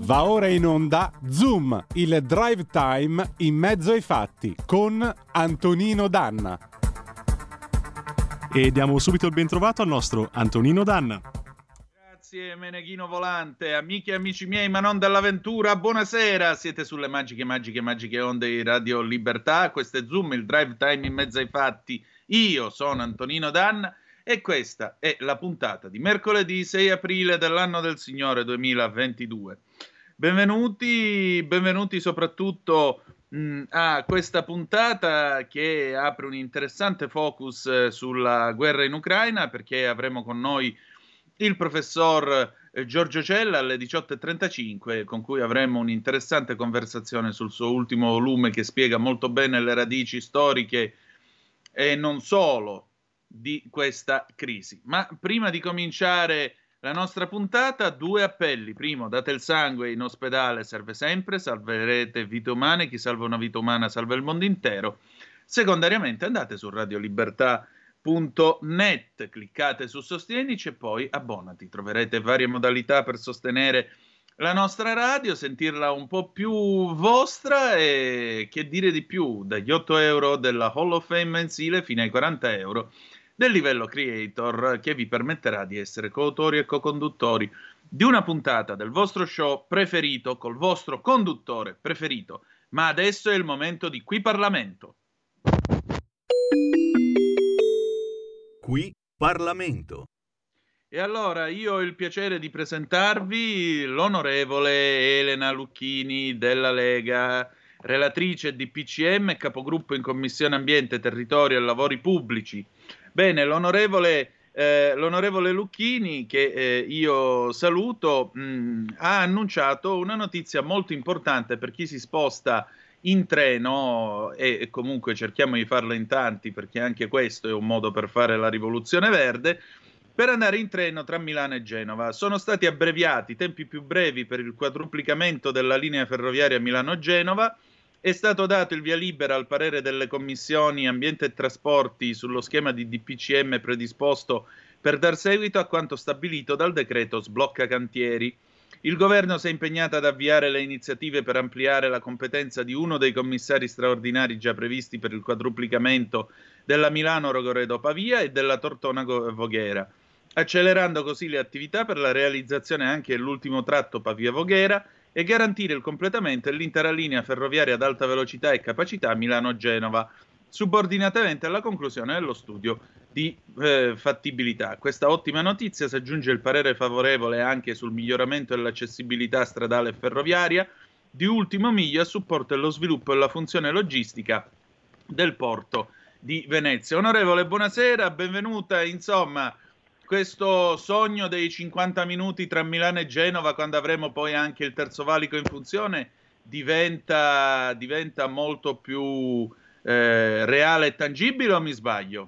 Va ora in onda Zoom, il drive time in mezzo ai fatti con Antonino Danna. E diamo subito il bentrovato al nostro Antonino Danna. Grazie Meneghino Volante, amiche e amici miei, ma non dell'avventura, buonasera, siete sulle magiche onde di Radio Libertà, questo è Zoom, il drive time in mezzo ai fatti, io sono Antonino Danna e questa è la puntata di mercoledì 6 aprile dell'anno del Signore 2022. Benvenuti soprattutto a questa puntata che apre un interessante focus sulla guerra in Ucraina, perché avremo con noi il professor Giorgio Cella alle 18:35, con cui avremo un'interessante conversazione sul suo ultimo volume che spiega molto bene le radici storiche e non solo di questa crisi. Ma prima di cominciare la nostra puntata, due appelli. Primo, date il sangue in ospedale, serve sempre, salverete vite umane, chi salva una vita umana salva il mondo intero. Secondariamente, andate su radiolibertà.net, cliccate su Sostienici e poi abbonati. Troverete varie modalità per sostenere la nostra radio, sentirla un po' più vostra e che dire di più, dagli 8 euro della Hall of Fame mensile fino ai 40 euro del livello creator, che vi permetterà di essere coautori e co-conduttori di una puntata del vostro show preferito col vostro conduttore preferito. Ma adesso è il momento di Qui Parlamento. Qui Parlamento. E allora io ho il piacere di presentarvi l'onorevole Elena Lucchini della Lega, relatrice di PCM e capogruppo in Commissione Ambiente, Territorio e Lavori Pubblici. Bene, l'onorevole Lucchini, che io saluto, ha annunciato una notizia molto importante per chi si sposta in treno e comunque cerchiamo di farla in tanti, perché anche questo è un modo per fare la rivoluzione verde, per andare in treno tra Milano e Genova. Sono stati abbreviati i tempi più brevi per il quadruplicamento della linea ferroviaria Milano-Genova. È stato dato il via libera al parere delle commissioni Ambiente e Trasporti sullo schema di DPCM predisposto per dar seguito a quanto stabilito dal decreto Sblocca Cantieri. Il governo si è impegnato ad avviare le iniziative per ampliare la competenza di uno dei commissari straordinari già previsti per il quadruplicamento della Milano-Rogoredo-Pavia e della Tortona-Voghera, accelerando così le attività per la realizzazione anche dell'ultimo tratto Pavia-Voghera e garantire il completamento dell'intera linea ferroviaria ad alta velocità e capacità Milano-Genova, subordinatamente alla conclusione dello studio di fattibilità. Questa ottima notizia si aggiunge il parere favorevole anche sul miglioramento dell'accessibilità stradale e ferroviaria di ultimo miglio a supporto dello sviluppo e della funzione logistica del porto di Venezia. Onorevole, buonasera, benvenuta. Insomma, questo sogno dei 50 minuti tra Milano e Genova, quando avremo poi anche il terzo valico in funzione, diventa molto più reale e tangibile, o mi sbaglio?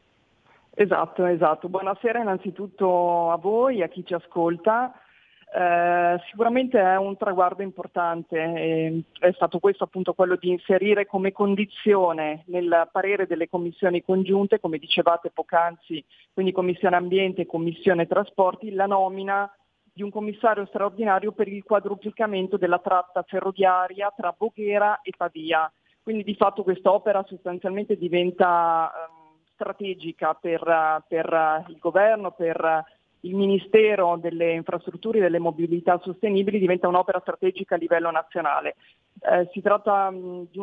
Esatto. Buonasera innanzitutto a voi, a chi ci ascolta. Sicuramente è un traguardo importante, è stato questo appunto quello di inserire come condizione nel parere delle commissioni congiunte, come dicevate poc'anzi, quindi Commissione Ambiente e Commissione Trasporti, la nomina di un commissario straordinario per il quadruplicamento della tratta ferroviaria tra Voghera e Pavia. Quindi di fatto quest'opera sostanzialmente diventa strategica per il governo, per il Ministero delle Infrastrutture e delle Mobilità Sostenibili, diventa un'opera strategica a livello nazionale. Si tratta di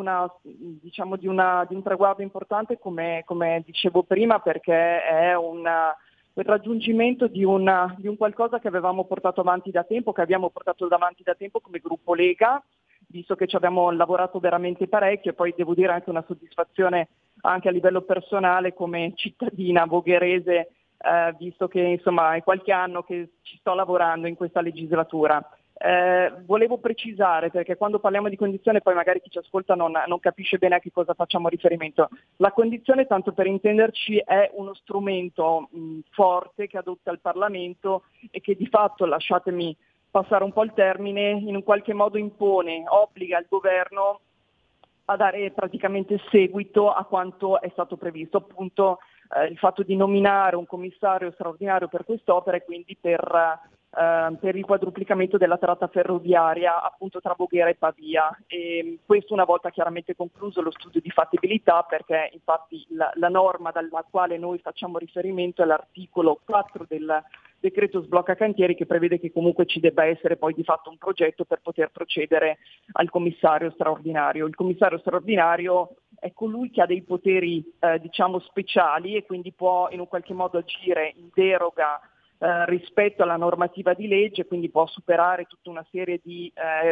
un traguardo importante, come dicevo prima, perché è il raggiungimento di un qualcosa che avevamo portato avanti da tempo, che abbiamo portato avanti da tempo come gruppo Lega, visto che ci abbiamo lavorato veramente parecchio, e poi devo dire anche una soddisfazione anche a livello personale come cittadina vogherese, visto che insomma è qualche anno che ci sto lavorando in questa legislatura. Volevo precisare, perché quando parliamo di condizione poi magari chi ci ascolta non capisce bene a che cosa facciamo riferimento. La condizione, tanto per intenderci, è uno strumento forte che adotta il Parlamento e che di fatto, lasciatemi passare un po' il termine, in un qualche modo obbliga il governo a dare praticamente seguito a quanto è stato previsto, appunto il fatto di nominare un commissario straordinario per quest'opera e quindi per per il quadruplicamento della tratta ferroviaria appunto tra Voghera e Pavia. E questo una volta chiaramente concluso lo studio di fattibilità, perché infatti la norma dalla quale noi facciamo riferimento è l'articolo 4 del decreto sblocca cantieri, che prevede che comunque ci debba essere poi di fatto un progetto per poter procedere al commissario straordinario. Il commissario straordinario è colui che ha dei poteri diciamo speciali e quindi può in un qualche modo agire in deroga rispetto alla normativa di legge, quindi può superare tutta una serie di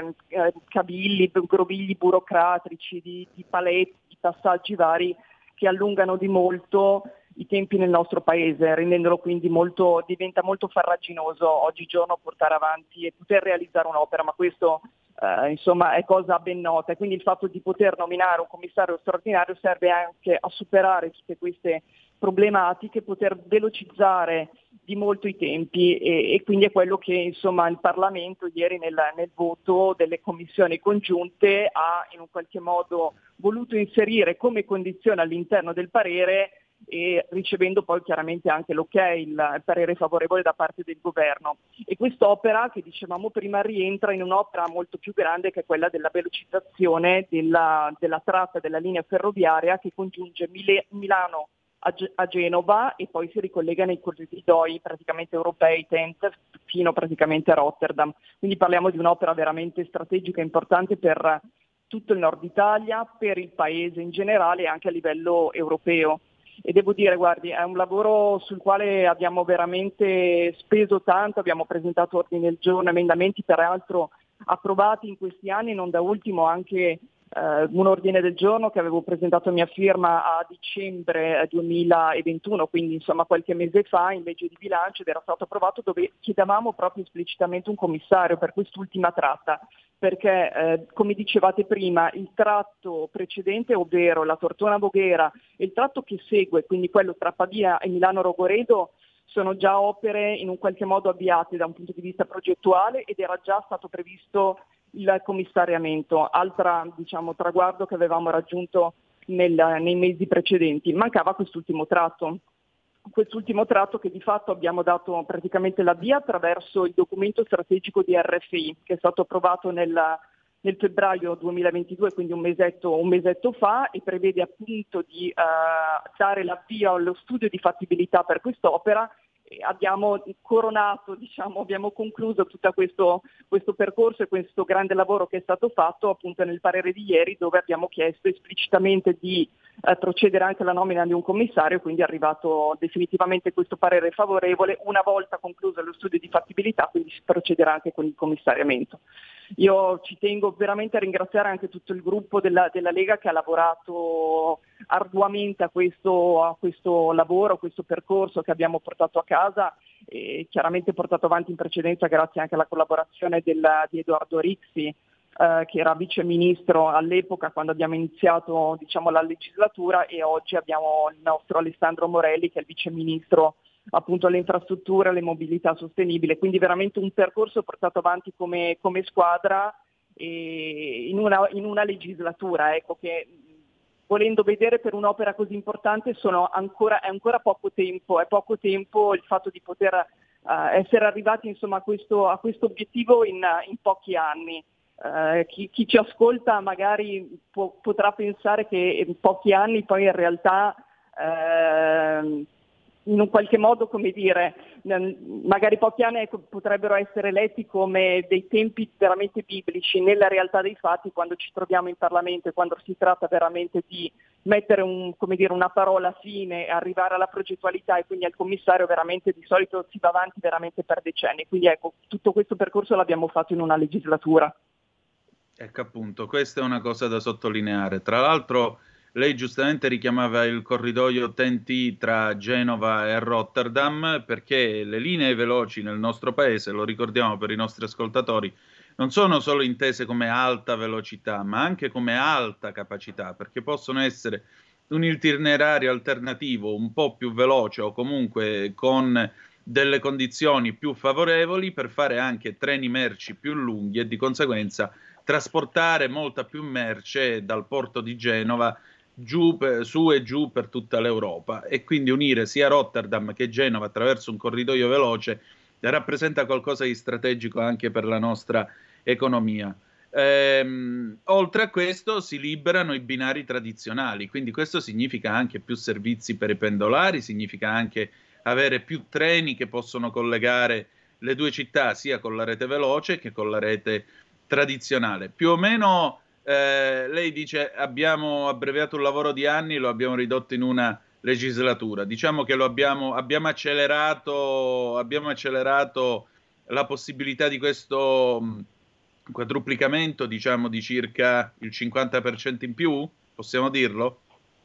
cavilli, grovigli burocratici, di paletti, di passaggi vari che allungano di molto i tempi nel nostro paese, rendendolo quindi diventa molto farraginoso oggigiorno portare avanti e poter realizzare un'opera, ma questo insomma è cosa ben nota, e quindi il fatto di poter nominare un commissario straordinario serve anche a superare tutte queste problematiche, poter velocizzare di molto i tempi e quindi è quello che insomma il Parlamento ieri nel voto delle commissioni congiunte ha in un qualche modo voluto inserire come condizione all'interno del parere, e ricevendo poi chiaramente anche l'ok, il parere favorevole da parte del governo. E quest'opera, che dicevamo prima, rientra in un'opera molto più grande, che è quella della velocizzazione della tratta della linea ferroviaria che congiunge Milano a Genova e poi si ricollega nei corridoi praticamente europei TEN-T fino praticamente a Rotterdam. Quindi parliamo di un'opera veramente strategica e importante per tutto il nord Italia, per il paese in generale e anche a livello europeo. E devo dire, guardi, è un lavoro sul quale abbiamo veramente speso tanto, abbiamo presentato ordini del giorno, emendamenti peraltro approvati in questi anni, non da ultimo anche un ordine del giorno che avevo presentato a mia firma a dicembre 2021, quindi insomma qualche mese fa in legge di bilancio, ed era stato approvato, dove chiedevamo proprio esplicitamente un commissario per quest'ultima tratta, perché come dicevate prima il tratto precedente, ovvero la Tortona-Voghera, e il tratto che segue, quindi quello tra Pavia e Milano-Rogoredo, sono già opere in un qualche modo avviate da un punto di vista progettuale ed era già stato previsto il commissariamento, altra diciamo traguardo che avevamo raggiunto nei mesi precedenti. Mancava quest'ultimo tratto che di fatto abbiamo dato praticamente la via attraverso il documento strategico di RFI, che è stato approvato nel febbraio 2022, quindi un mesetto fa, e prevede appunto di dare l'avvio allo studio di fattibilità per quest'opera. Abbiamo coronato, abbiamo concluso tutto questo percorso e questo grande lavoro che è stato fatto appunto nel parere di ieri, dove abbiamo chiesto esplicitamente di procedere anche alla nomina di un commissario, quindi è arrivato definitivamente questo parere favorevole. Una volta concluso lo studio di fattibilità, quindi si procederà anche con il commissariamento. Io ci tengo veramente a ringraziare anche tutto il gruppo della Lega che ha lavorato arduamente a questo lavoro, a questo percorso che abbiamo portato a casa, e chiaramente portato avanti in precedenza grazie anche alla collaborazione di Edoardo Rixi, che era vice ministro all'epoca quando abbiamo iniziato la legislatura, e oggi abbiamo il nostro Alessandro Morelli che è il vice ministro appunto alle infrastrutture, alle mobilità sostenibile, quindi veramente un percorso portato avanti come squadra e in una legislatura, ecco, che volendo vedere per un'opera così importante è ancora poco tempo, è poco tempo il fatto di poter essere arrivati insomma a questo obiettivo in pochi anni. Chi ci ascolta magari potrà pensare che in pochi anni poi in realtà in un qualche modo, come dire, magari pochi anni potrebbero essere letti come dei tempi veramente biblici. Nella realtà dei fatti, quando ci troviamo in Parlamento e quando si tratta veramente di mettere una parola fine e arrivare alla progettualità e quindi al commissario, veramente di solito si va avanti veramente per decenni. Quindi ecco, tutto questo percorso l'abbiamo fatto in una legislatura. Ecco, appunto, questa è una cosa da sottolineare. Tra l'altro, lei giustamente richiamava il corridoio TEN-T tra Genova e Rotterdam, perché le linee veloci nel nostro paese, lo ricordiamo per i nostri ascoltatori, non sono solo intese come alta velocità, ma anche come alta capacità, perché possono essere un itinerario alternativo un po' più veloce o comunque con delle condizioni più favorevoli per fare anche treni merci più lunghi e di conseguenza trasportare molta più merce dal porto di Genova su e giù per tutta l'Europa, e quindi unire sia Rotterdam che Genova attraverso un corridoio veloce rappresenta qualcosa di strategico anche per la nostra economia. Oltre a questo si liberano i binari tradizionali, quindi questo significa anche più servizi per i pendolari, significa anche avere più treni che possono collegare le due città sia con la rete veloce che con la rete tradizionale. Più o meno lei dice abbiamo abbreviato un lavoro di anni, lo abbiamo ridotto in una legislatura. Diciamo che abbiamo accelerato la possibilità di questo quadruplicamento, diciamo, di circa il 50% in più, possiamo dirlo?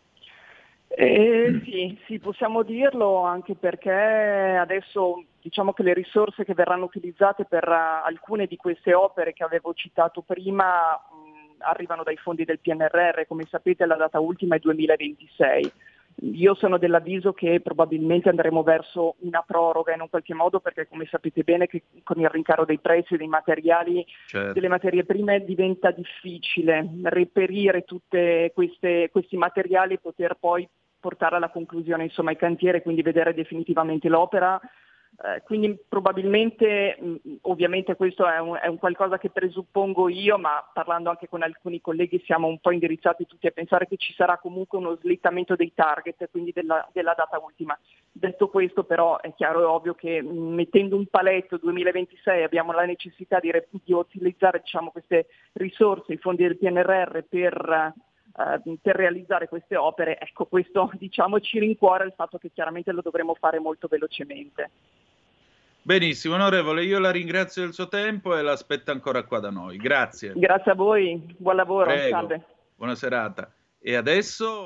Sì, possiamo dirlo, anche perché adesso diciamo che le risorse che verranno utilizzate per alcune di queste opere che avevo citato prima arrivano dai fondi del PNRR. Come sapete la data ultima è 2026. Io sono dell'avviso che probabilmente andremo verso una proroga in un qualche modo, perché come sapete bene che con il rincaro dei prezzi dei materiali, certo, delle materie prime, diventa difficile reperire tutti questi materiali e poter poi portare alla conclusione insomma il cantiere, quindi vedere definitivamente l'opera. Quindi probabilmente, ovviamente questo è un qualcosa che presuppongo io, ma parlando anche con alcuni colleghi siamo un po' indirizzati tutti a pensare che ci sarà comunque uno slittamento dei target, quindi della data ultima. Detto questo però è chiaro e ovvio che mettendo un paletto 2026 abbiamo la necessità di utilizzare diciamo queste risorse, i fondi del PNRR per realizzare queste opere. Ecco, questo diciamo ci rincuora il fatto che chiaramente lo dovremo fare molto velocemente. Benissimo, onorevole, io la ringrazio del suo tempo e l'aspetto ancora qua da noi. Grazie. Grazie a voi, buon lavoro. Prego. Salve. Buona serata. E adesso...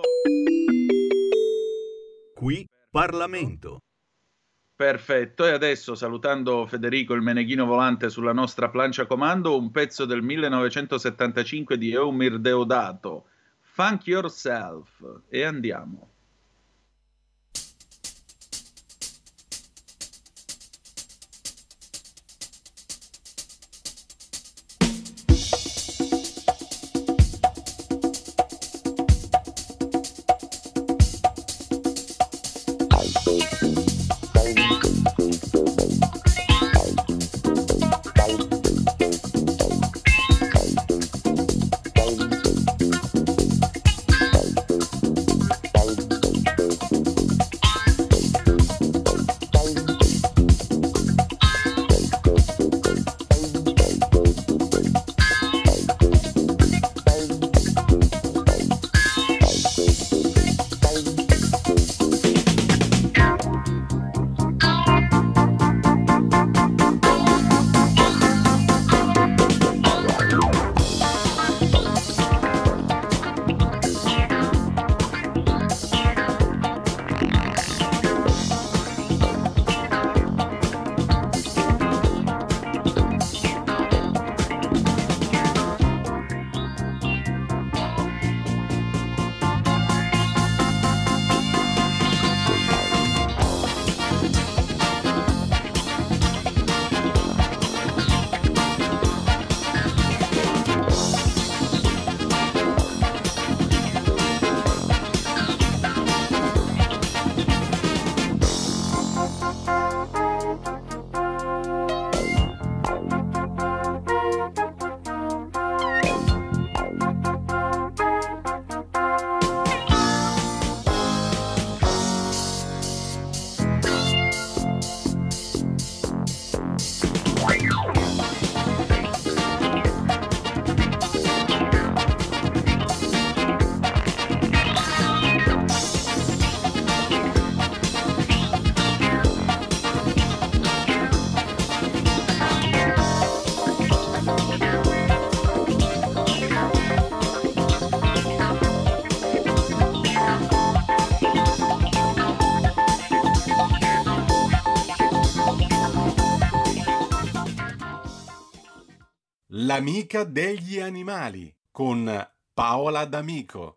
Qui Parlamento. Perfetto, e adesso salutando Federico il Meneghino volante sulla nostra plancia comando, un pezzo del 1975 di Eumir Deodato, Funk Yourself, e andiamo. L'amica degli animali con Paola D'Amico.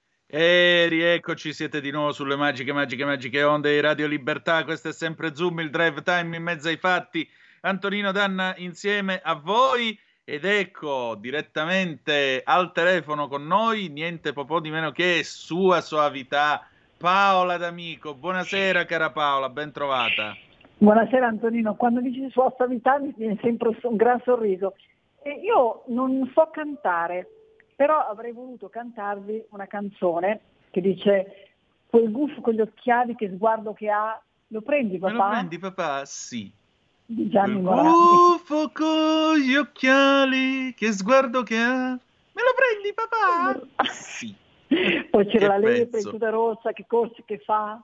E rieccoci, siete di nuovo sulle magiche onde di Radio Libertà. Questo è sempre Zoom, il drive time in mezzo ai fatti. Antonino Danna insieme a voi, ed ecco direttamente al telefono con noi niente po' di meno che Sua Soavità Paola D'Amico. Buonasera cara Paola, ben trovata. Buonasera Antonino, quando dici sua stabilità mi viene sempre un gran sorriso. E io non so cantare, però avrei voluto cantarvi una canzone che dice: quel gufo con gli occhiali, che sguardo che ha, lo prendi Me papà? lo prendi, papà? Sì. Di Gianni Quel Morandi. gufo con gli occhiali, che sguardo che ha. Me lo prendi, papà? Sì. Poi c'era Che la lepre in pezzo. tuta rossa, che corse che fa.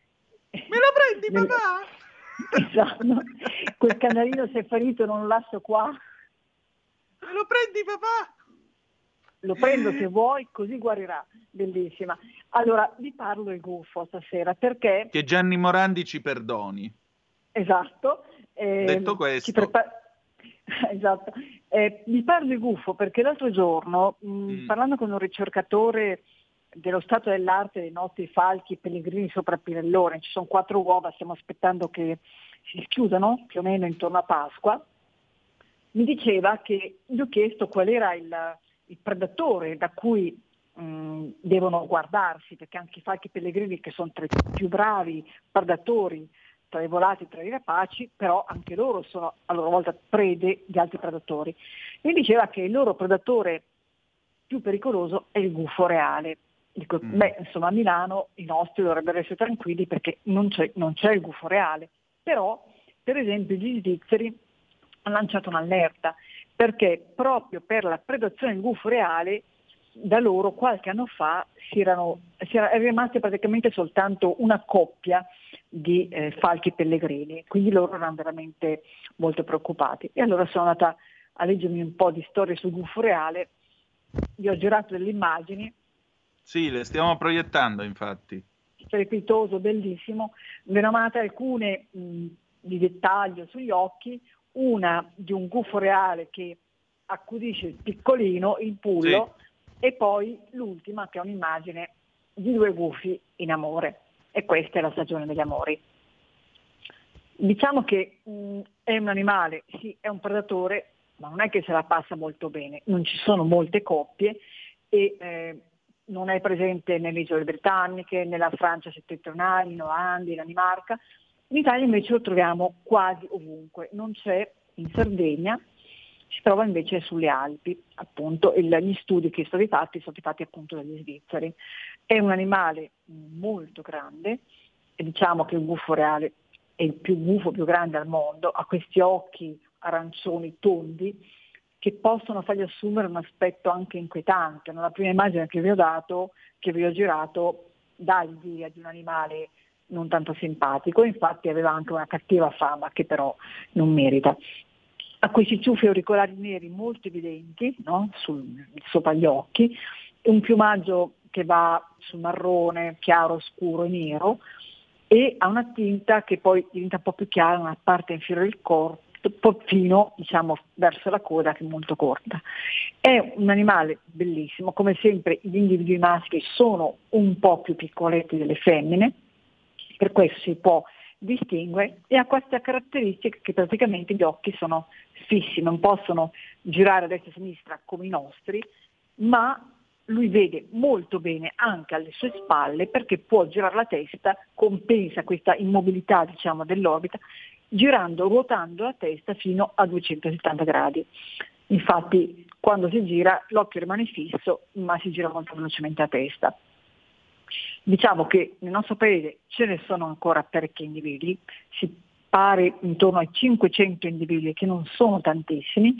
Me lo prendi, Nel- papà? Esatto. Quel canarino si è ferito, non lo lascio qua. Me lo prendi, papà? Lo prendo se vuoi, così guarirà. Bellissima. Allora, vi parlo del gufo stasera perché, Che Gianni Morandi ci perdoni. esatto, Detto ci questo, esatto. Vi parlo del gufo perché l'altro giorno, parlando con un ricercatore dello stato dell'arte dei nostri falchi pellegrini sopra Pirellone, ci sono 4 uova, stiamo aspettando che si schiudano più o meno intorno a Pasqua, mi diceva che gli ho chiesto qual era il predatore da cui devono guardarsi, perché anche i falchi pellegrini, che sono tra i più bravi predatori tra i volati e tra i rapaci, però anche loro sono a loro volta prede di altri predatori. Mi diceva che il loro predatore più pericoloso è il gufo reale. Dico, insomma, a Milano i nostri dovrebbero essere tranquilli perché non c'è il gufo reale, però per esempio gli svizzeri hanno lanciato un'allerta perché proprio per la predazione del gufo reale da loro qualche anno fa è rimasta praticamente soltanto una coppia di falchi pellegrini, quindi loro erano veramente molto preoccupati. E allora sono andata a leggermi un po' di storie sul gufo reale, vi ho girato delle immagini. sì, le stiamo proiettando, infatti. Strepitoso, bellissimo, venomate alcune di dettaglio sugli occhi, una di un gufo reale che accudisce il piccolino, il pullo, e poi l'ultima che è un'immagine di 2 gufi in amore, e questa è la stagione degli amori. Diciamo che è un animale, sì, è un predatore, ma non è che se la passa molto bene, non ci sono molte coppie e non è presente nelle isole britanniche, nella Francia settentrionale, in Olanda, in Danimarca. In Italia invece lo troviamo quasi ovunque, non c'è in Sardegna, si trova invece sulle Alpi, appunto, gli studi che sono stati fatti appunto dagli svizzeri. È un animale molto grande, e diciamo che il gufo reale è il gufo più grande al mondo, ha questi occhi arancioni tondi che possono fargli assumere un aspetto anche inquietante. La prima immagine che vi ho dato, che vi ho girato, dà l'idea di un animale non tanto simpatico, infatti aveva anche una cattiva fama che però non merita. Ha questi ciuffi auricolari neri molto evidenti, no? Sopra gli occhi, un piumaggio che va sul marrone, chiaro, scuro e nero, e ha una tinta che poi diventa un po' più chiara nella parte inferiore del corpo, fino, diciamo, verso la coda, che è molto corta. È un animale bellissimo, come sempre gli individui maschi sono un po' più piccoletti delle femmine, per questo si può distinguere, e ha questa caratteristica che praticamente gli occhi sono fissi, non possono girare a destra e a sinistra come i nostri, ma lui vede molto bene anche alle sue spalle perché può girare la testa, compensa questa immobilità, diciamo, dell'orbita, ruotando la testa fino a 270 gradi. Infatti quando si gira l'occhio rimane fisso, ma si gira molto velocemente a testa. Diciamo che nel nostro paese ce ne sono ancora parecchi individui, si pare intorno ai 500 individui, che non sono tantissimi,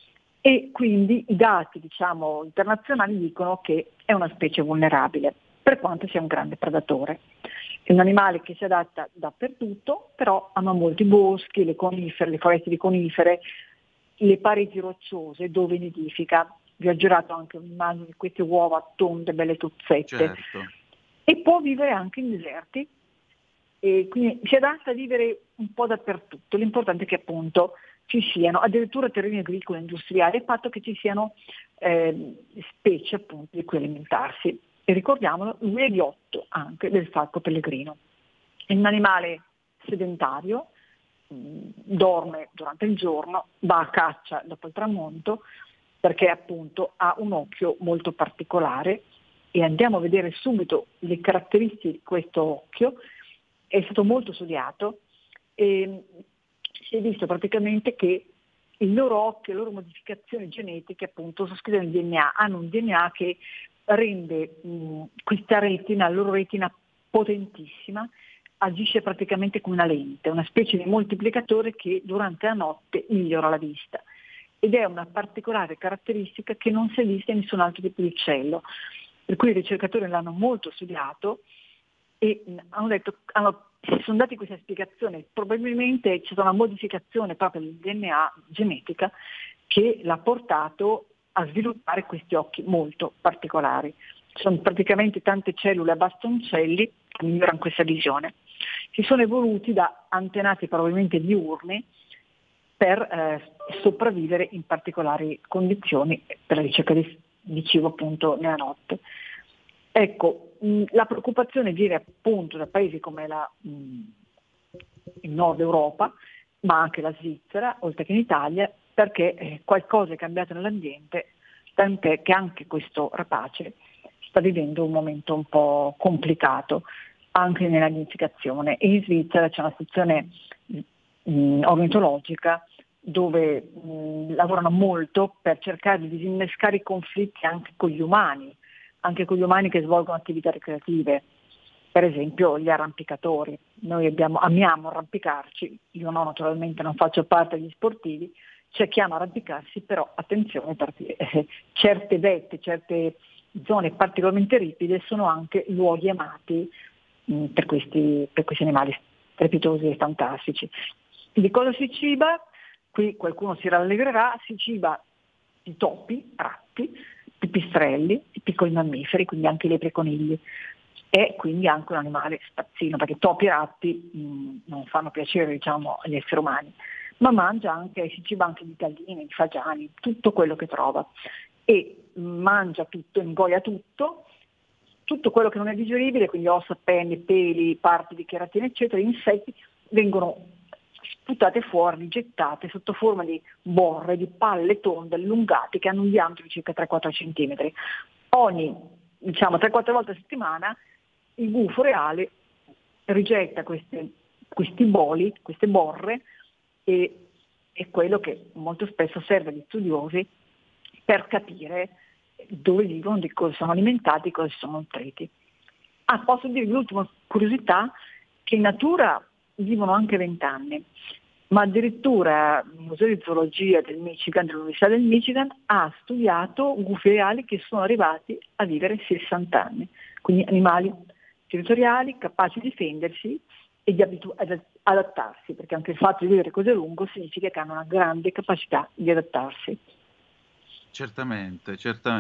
e quindi i dati, diciamo, internazionali dicono che è una specie vulnerabile, per quanto sia un grande predatore. È un animale che si adatta dappertutto, però ama molto i boschi, le conifere, le foreste di conifere, le pareti rocciose dove nidifica. Vi ho girato anche un'immagine di queste uova tonde, belle tozzette. Certo. E può vivere anche in deserti, e quindi si adatta a vivere un po' dappertutto. L'importante è che appunto ci siano addirittura terreni agricoli e industriali, il fatto che ci siano specie appunto di cui alimentarsi. E ricordiamolo, lui è ghiotto anche del falco pellegrino. È un animale sedentario, dorme durante il giorno, va a caccia dopo il tramonto, perché appunto ha un occhio molto particolare, e andiamo a vedere subito le caratteristiche di questo occhio. È stato molto studiato e si è visto praticamente che il loro occhio, le loro modificazioni genetiche appunto sono scritte nel DNA, hanno un DNA che rende questa retina, la loro retina potentissima, agisce praticamente come una lente, una specie di moltiplicatore che durante la notte migliora la vista. Ed è una particolare caratteristica che non si è vista in nessun altro tipo di uccello. Per cui i ricercatori l'hanno molto studiato e si sono dati questa spiegazione. Probabilmente c'è stata una modificazione proprio del DNA genetica che l'ha portato a sviluppare questi occhi molto particolari. Sono praticamente tante cellule a bastoncelli che migliorano questa visione. Si sono evoluti da antenati probabilmente diurni per sopravvivere in particolari condizioni per la ricerca di cibo appunto nella notte. Ecco, la preoccupazione viene appunto da paesi come il nord Europa, ma anche la Svizzera, oltre che in Italia, perché qualcosa è cambiato nell'ambiente, tant'è che anche questo rapace sta vivendo un momento un po' complicato anche nella nidificazione. E in Svizzera c'è una sezione ornitologica dove lavorano molto per cercare di disinnescare i conflitti anche con gli umani che svolgono attività ricreative, per esempio gli arrampicatori. Noi amiamo arrampicarci, io no, naturalmente non faccio parte degli sportivi, c'è chi ama arrampicarsi, però attenzione perché certe vette, certe zone particolarmente ripide sono anche luoghi amati per questi animali strepitosi e fantastici. Di cosa si ciba? Qui qualcuno si rallegrerà, si ciba di topi, ratti, pipistrelli, di piccoli mammiferi, quindi anche lepri e conigli, e quindi anche un animale spazzino, perché topi e ratti non fanno piacere agli esseri umani, ma si ciba anche di galline, di fagiani, tutto quello che trova, e mangia tutto, ingoia tutto quello che non è digeribile, quindi ossa, penne, peli, parti di cheratina, eccetera, insetti vengono sputate fuori, gettate sotto forma di borre, di palle tonde, allungate, che hanno un diametro di circa 3-4 centimetri. Ogni 3-4 volte a settimana il gufo reale rigetta questi boli, queste borre, e è quello che molto spesso serve agli studiosi per capire dove vivono, di cosa sono alimentati, di cosa sono nutriti. Posso dirvi l'ultima curiosità, che in natura vivono anche 20 anni, ma addirittura il Museo di Zoologia dell'Università del Michigan ha studiato gufi reali che sono arrivati a vivere 60 anni, quindi animali territoriali capaci di difendersi e di adattarsi, perché anche il fatto di vivere così a lungo significa che hanno una grande capacità di adattarsi. Certamente.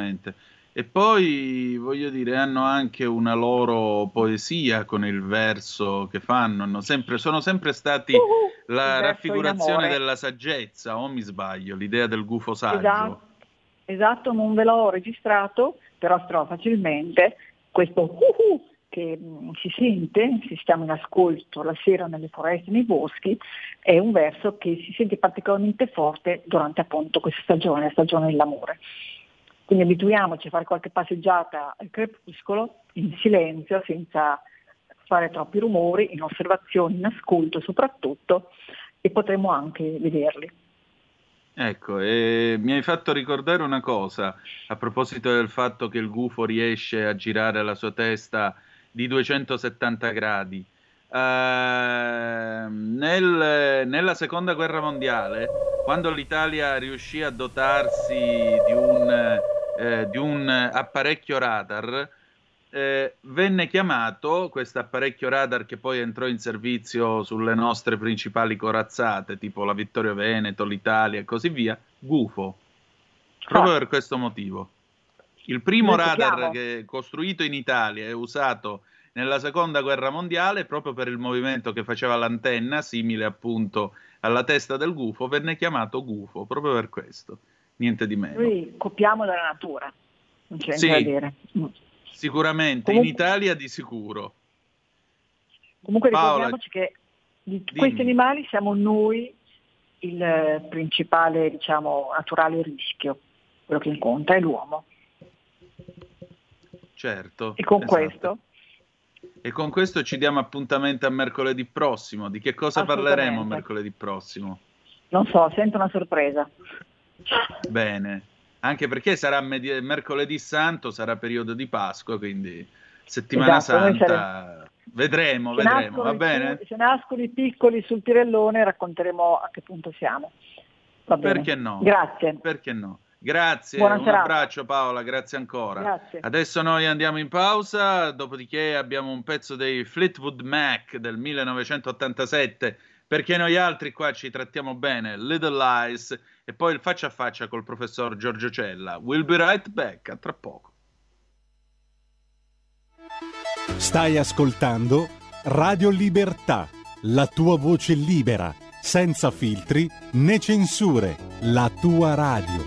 E poi, voglio dire, hanno anche una loro poesia con il verso che fanno, sono sempre stati la raffigurazione della saggezza, o mi sbaglio, l'idea del gufo saggio. Esatto, non ve l'ho registrato, però si trova facilmente questo che si sente, se stiamo in ascolto la sera nelle foreste, nei boschi, è un verso che si sente particolarmente forte durante appunto questa stagione, la stagione dell'amore. Quindi abituiamoci a fare qualche passeggiata al crepuscolo, in silenzio, senza fare troppi rumori, in osservazione, in ascolto soprattutto, e potremo anche vederli. Ecco, e mi hai fatto ricordare una cosa a proposito del fatto che il gufo riesce a girare la sua testa di 270 gradi. Nella seconda guerra mondiale, quando l'Italia riuscì a dotarsi di un apparecchio radar, venne chiamato questo apparecchio radar, che poi entrò in servizio sulle nostre principali corazzate, tipo la Vittorio Veneto, l'Italia e così via, gufo, proprio per questo motivo. Il primo radar costruito in Italia e usato nella seconda guerra mondiale, proprio per il movimento che faceva l'antenna, simile appunto alla testa del gufo, venne chiamato gufo, proprio per questo, niente di meno. Noi copiamo dalla natura, non c'è niente da dire. Sicuramente, in Italia di sicuro. Comunque ricordiamoci che di questi animali siamo noi il principale, naturale rischio. Quello che conta è l'uomo. Certo. E con questo E con questo ci diamo appuntamento a mercoledì prossimo. Di che cosa parleremo mercoledì prossimo? Non so, sento una sorpresa. Bene, anche perché sarà mercoledì santo, sarà periodo di Pasqua, quindi settimana santa. Vedremo, va bene? Se nascono i piccoli sul tirellone racconteremo a che punto siamo. Va bene. Perché no? Grazie. Perché no? Grazie, Buona un serata. abbraccio Paola, grazie ancora. Grazie. Adesso noi andiamo in pausa, dopodiché abbiamo un pezzo dei Fleetwood Mac del 1987, perché noi altri qua ci trattiamo bene, Little Lies, e poi il faccia a faccia col professor Giorgio Cella. We'll be right back, a tra poco. Stai ascoltando Radio Libertà, la tua voce libera, senza filtri né censure, la tua radio.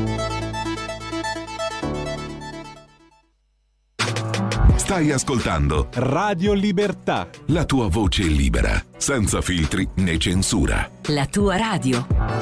Stai ascoltando Radio Libertà, la tua voce libera, senza filtri né censura. La tua radio.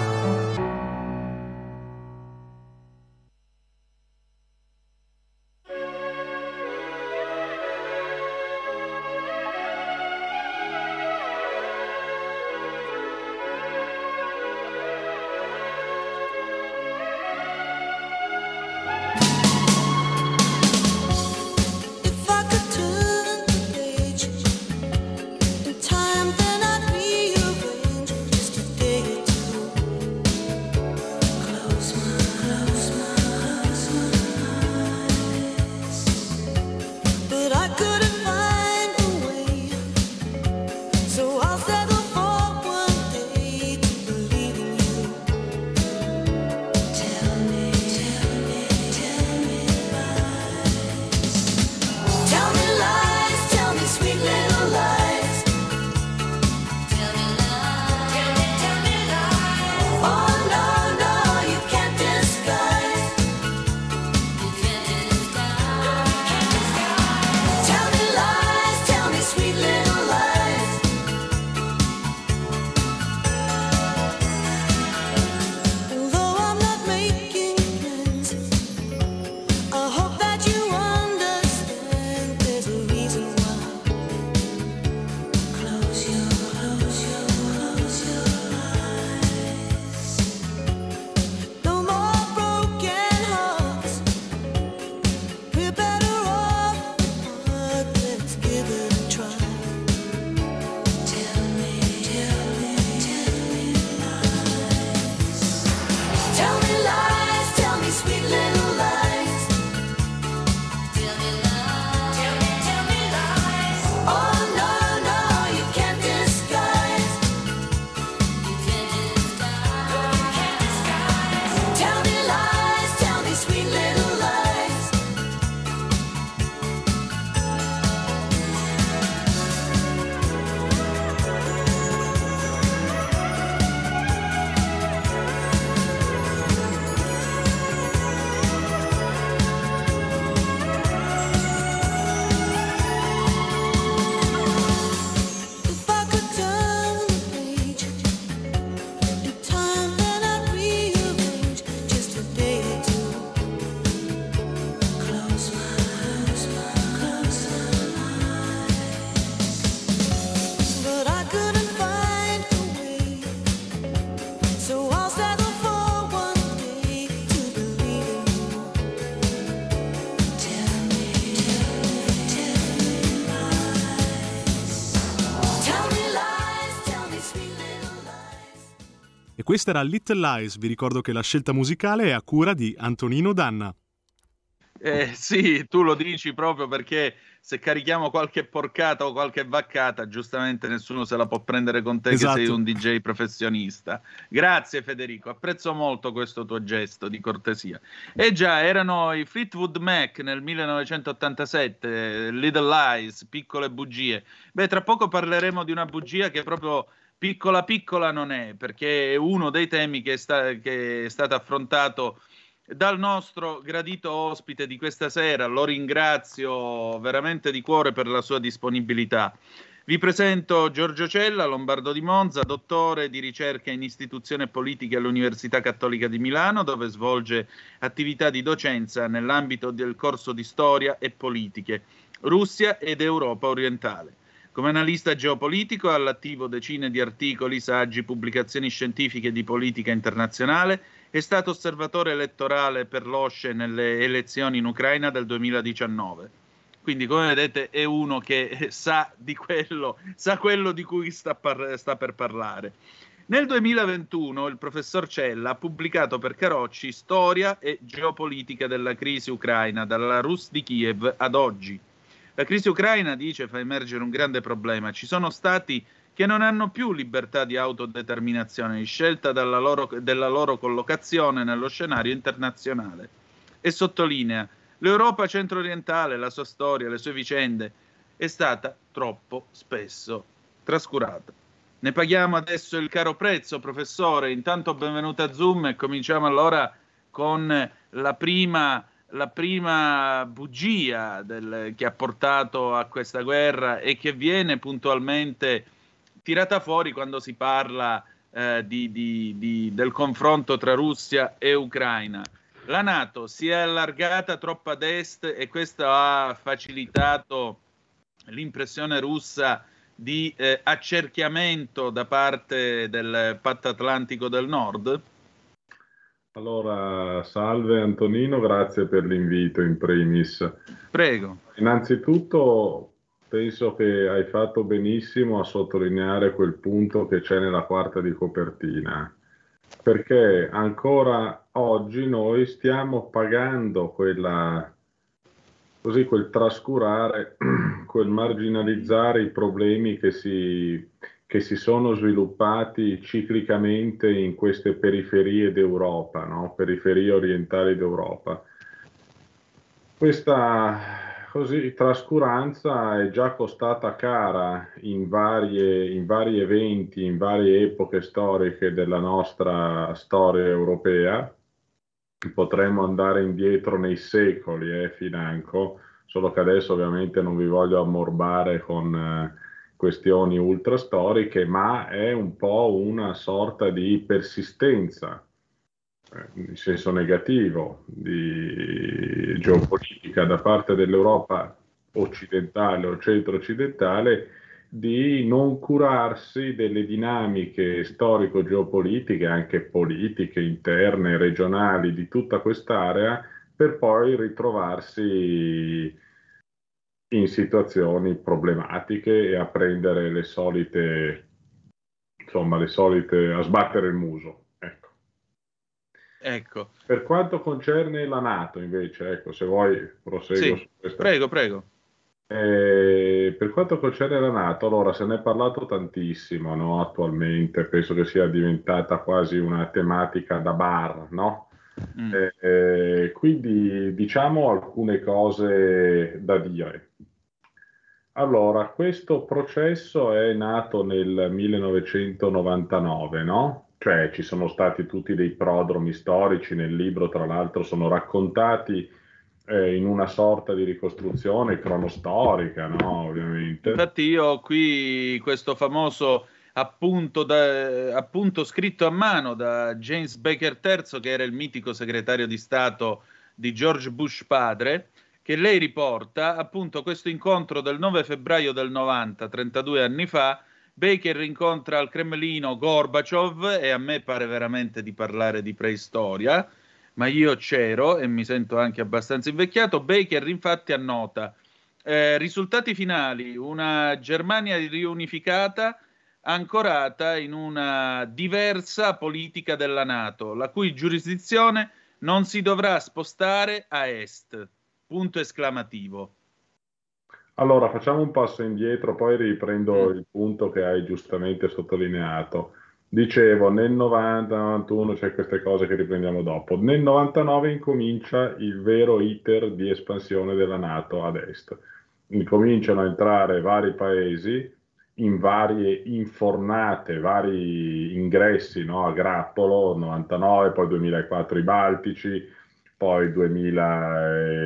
Questa era Little Lies, vi ricordo che la scelta musicale è a cura di Antonino Danna. Sì, tu lo dici proprio perché se carichiamo qualche porcata o qualche vaccata, giustamente nessuno se la può prendere con te, esatto, che sei un DJ professionista. Grazie Federico, apprezzo molto questo tuo gesto di cortesia. E già, erano i Fleetwood Mac nel 1987, Little Lies, piccole bugie. Beh, tra poco parleremo di una bugia che proprio piccola piccola non è, perché è uno dei temi che è stato affrontato dal nostro gradito ospite di questa sera. Lo ringrazio veramente di cuore per la sua disponibilità. Vi presento Giorgio Cella, lombardo di Monza, dottore di ricerca in istituzioni e politiche all'Università Cattolica di Milano, dove svolge attività di docenza nell'ambito del corso di storia e politiche, Russia ed Europa orientale. Come analista geopolitico ha all'attivo decine di articoli, saggi, pubblicazioni scientifiche di politica internazionale. È stato osservatore elettorale per l'OSCE nelle elezioni in Ucraina del 2019. Quindi, come vedete, è uno che sa quello di cui sta per parlare. Nel 2021 il professor Cella ha pubblicato per Carocci Storia e geopolitica della crisi ucraina, dalla Rus di Kiev ad oggi. La crisi ucraina, dice, fa emergere un grande problema. Ci sono stati che non hanno più libertà di autodeterminazione, di scelta della loro collocazione nello scenario internazionale. E sottolinea: l'Europa centro-orientale, la sua storia, le sue vicende, è stata troppo spesso trascurata. Ne paghiamo adesso il caro prezzo, professore. Intanto benvenuto a Zoom e cominciamo allora con la prima bugia che ha portato a questa guerra e che viene puntualmente tirata fuori quando si parla del confronto tra Russia e Ucraina. La NATO si è allargata troppo ad est e questo ha facilitato l'impressione russa di accerchiamento da parte del patto atlantico del nord? Allora, salve Antonino, grazie per l'invito in primis. Prego. Innanzitutto penso che hai fatto benissimo a sottolineare quel punto che c'è nella quarta di copertina, perché ancora oggi noi stiamo pagando quel trascurare, quel marginalizzare i problemi che si sono sviluppati ciclicamente in queste periferie d'Europa, no? Periferie orientali d'Europa. Questa trascuranza è già costata cara in vari eventi, in varie epoche storiche della nostra storia europea. Potremmo andare indietro nei secoli, financo, solo che adesso ovviamente non vi voglio ammorbare con questioni ultrastoriche, ma è un po' una sorta di persistenza, in senso negativo, di geopolitica da parte dell'Europa occidentale o centro-occidentale, di non curarsi delle dinamiche storico-geopolitiche, anche politiche interne, regionali, di tutta quest'area, per poi ritrovarsi in situazioni problematiche e a prendere a sbattere il muso. Ecco. Per quanto concerne la NATO, invece, se vuoi proseguo sì, su questo. Prego. Per quanto concerne la NATO, allora se ne è parlato tantissimo, no? Attualmente penso che sia diventata quasi una tematica da bar, no? Quindi diciamo alcune cose da dire. Allora, questo processo è nato nel 1999, no? Cioè ci sono stati tutti dei prodromi storici, nel libro tra l'altro sono raccontati in una sorta di ricostruzione cronostorica, no? Ovviamente. Infatti io ho qui questo famoso appunto scritto a mano da James Baker III, che era il mitico segretario di Stato di George Bush padre, che lei riporta appunto questo incontro del 9 febbraio del 90, 32 anni fa. Baker incontra al Cremlino Gorbaciov e a me pare veramente di parlare di preistoria, ma io c'ero e mi sento anche abbastanza invecchiato. Baker infatti annota risultati finali: una Germania riunificata ancorata in una diversa politica della NATO, la cui giurisdizione non si dovrà spostare a est. Punto esclamativo. Allora, facciamo un passo indietro, poi riprendo il punto che hai giustamente sottolineato. Dicevo, nel 90-91 c'è queste cose che riprendiamo dopo. Nel 99 incomincia il vero iter di espansione della NATO ad est. Incominciano a entrare vari paesi in varie infornate, vari ingressi, no? A grappolo, 99, poi 2004 i Baltici, poi 2006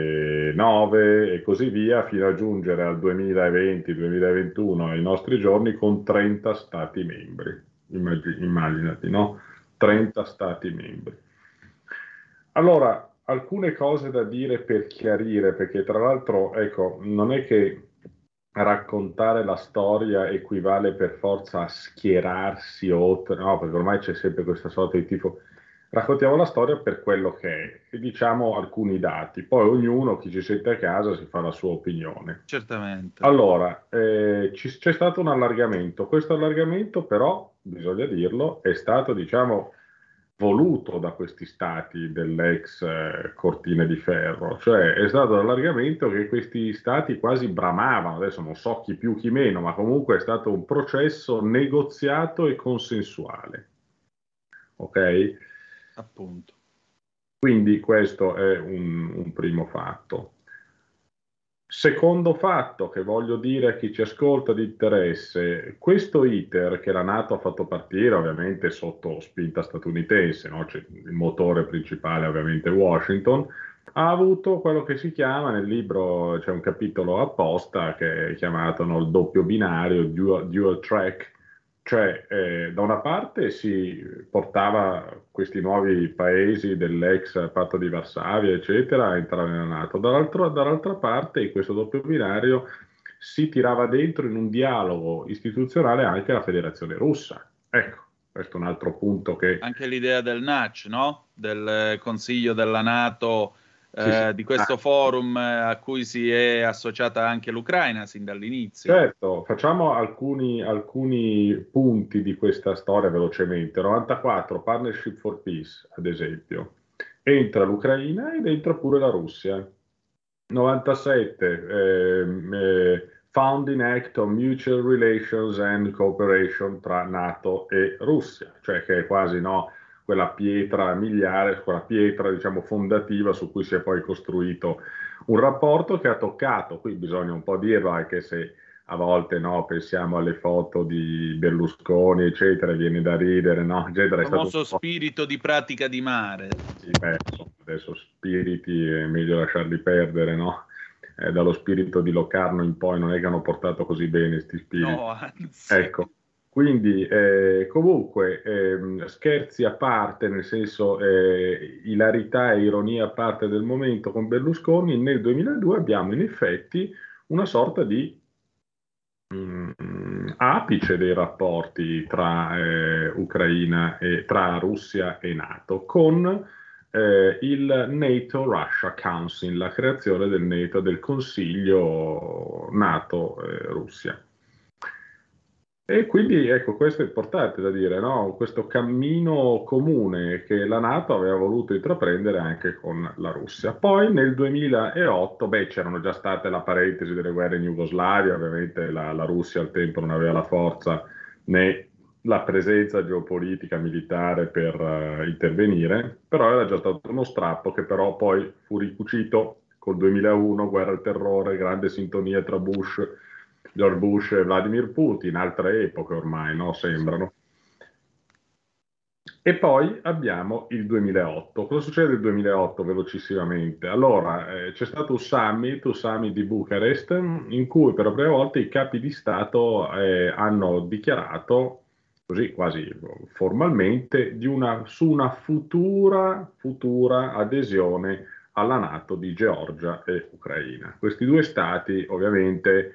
2009 e così via, fino a giungere al 2020-2021 ai nostri giorni con 30 Stati membri. Immaginati, no? 30 Stati membri. Allora, alcune cose da dire per chiarire, perché tra l'altro, ecco, non è che raccontare la storia equivale per forza a schierarsi no, perché ormai c'è sempre questa sorta di tifo. Raccontiamo la storia per quello che è e diciamo alcuni dati, poi ognuno, chi ci sente a casa, si fa la sua opinione. Certamente. Allora, c'è stato un allargamento. Questo allargamento però, bisogna dirlo, è stato, diciamo, voluto da questi stati dell'ex cortina di ferro, cioè è stato l'allargamento che questi stati quasi bramavano, adesso non so chi più chi meno, ma comunque è stato un processo negoziato e consensuale. Ok? Appunto. Quindi questo è un primo fatto. Secondo fatto che voglio dire a chi ci ascolta di interesse, questo iter che la NATO ha fatto partire ovviamente sotto spinta statunitense, no? Cioè, il motore principale ovviamente Washington, ha avuto quello che si chiama nel libro, c'è un capitolo apposta che è chiamato il doppio binario, dual track, cioè da una parte si portava questi nuovi paesi dell'ex patto di Varsavia, eccetera, a entrare nella NATO, dall'altra parte in questo doppio binario si tirava dentro in un dialogo istituzionale anche la Federazione Russa. Ecco, questo è un altro punto che... Anche l'idea del NAC, no? Del Consiglio della NATO, sì. di questo forum a cui si è associata anche l'Ucraina sin dall'inizio. Certo, facciamo alcuni punti di questa storia velocemente. 94, Partnership for Peace, ad esempio. Entra l'Ucraina ed entra pure la Russia. 97, Founding Act on Mutual Relations and Cooperation tra NATO e Russia, cioè che è quasi quella pietra miliare, quella pietra diciamo fondativa su cui si è poi costruito un rapporto che ha toccato, qui bisogna un po' dirlo anche se a volte pensiamo alle foto di Berlusconi eccetera, viene da ridere, no? Il famoso spirito di pratica di mare. Sì, beh, adesso spiriti è meglio lasciarli perdere, no? Dallo spirito di Locarno in poi non è che hanno portato così bene questi spiriti. No, anzi. Ecco, quindi comunque scherzi a parte, nel senso ilarità e ironia a parte del momento con Berlusconi, nel 2002 abbiamo in effetti una sorta di apice dei rapporti tra Ucraina e tra Russia e NATO con il NATO-Russia Council, la creazione del NATO, del Consiglio NATO-Russia. E quindi ecco, questo è importante da dire, no? Questo cammino comune che la NATO aveva voluto intraprendere anche con la Russia. Poi nel 2008, c'erano già state la parentesi delle guerre in Jugoslavia, ovviamente la Russia al tempo non aveva la forza né la presenza geopolitica militare per intervenire, però era già stato uno strappo che però poi fu ricucito col 2001, guerra al terrore, grande sintonia tra George Bush e Vladimir Putin, altre epoche ormai, no? Sembrano. E poi abbiamo il 2008. Cosa succede nel 2008 velocissimamente? Allora, c'è stato un summit di Bucarest, in cui per la prima volta i capi di Stato hanno dichiarato, così quasi formalmente, su una futura adesione alla NATO di Georgia e Ucraina. Questi due stati ovviamente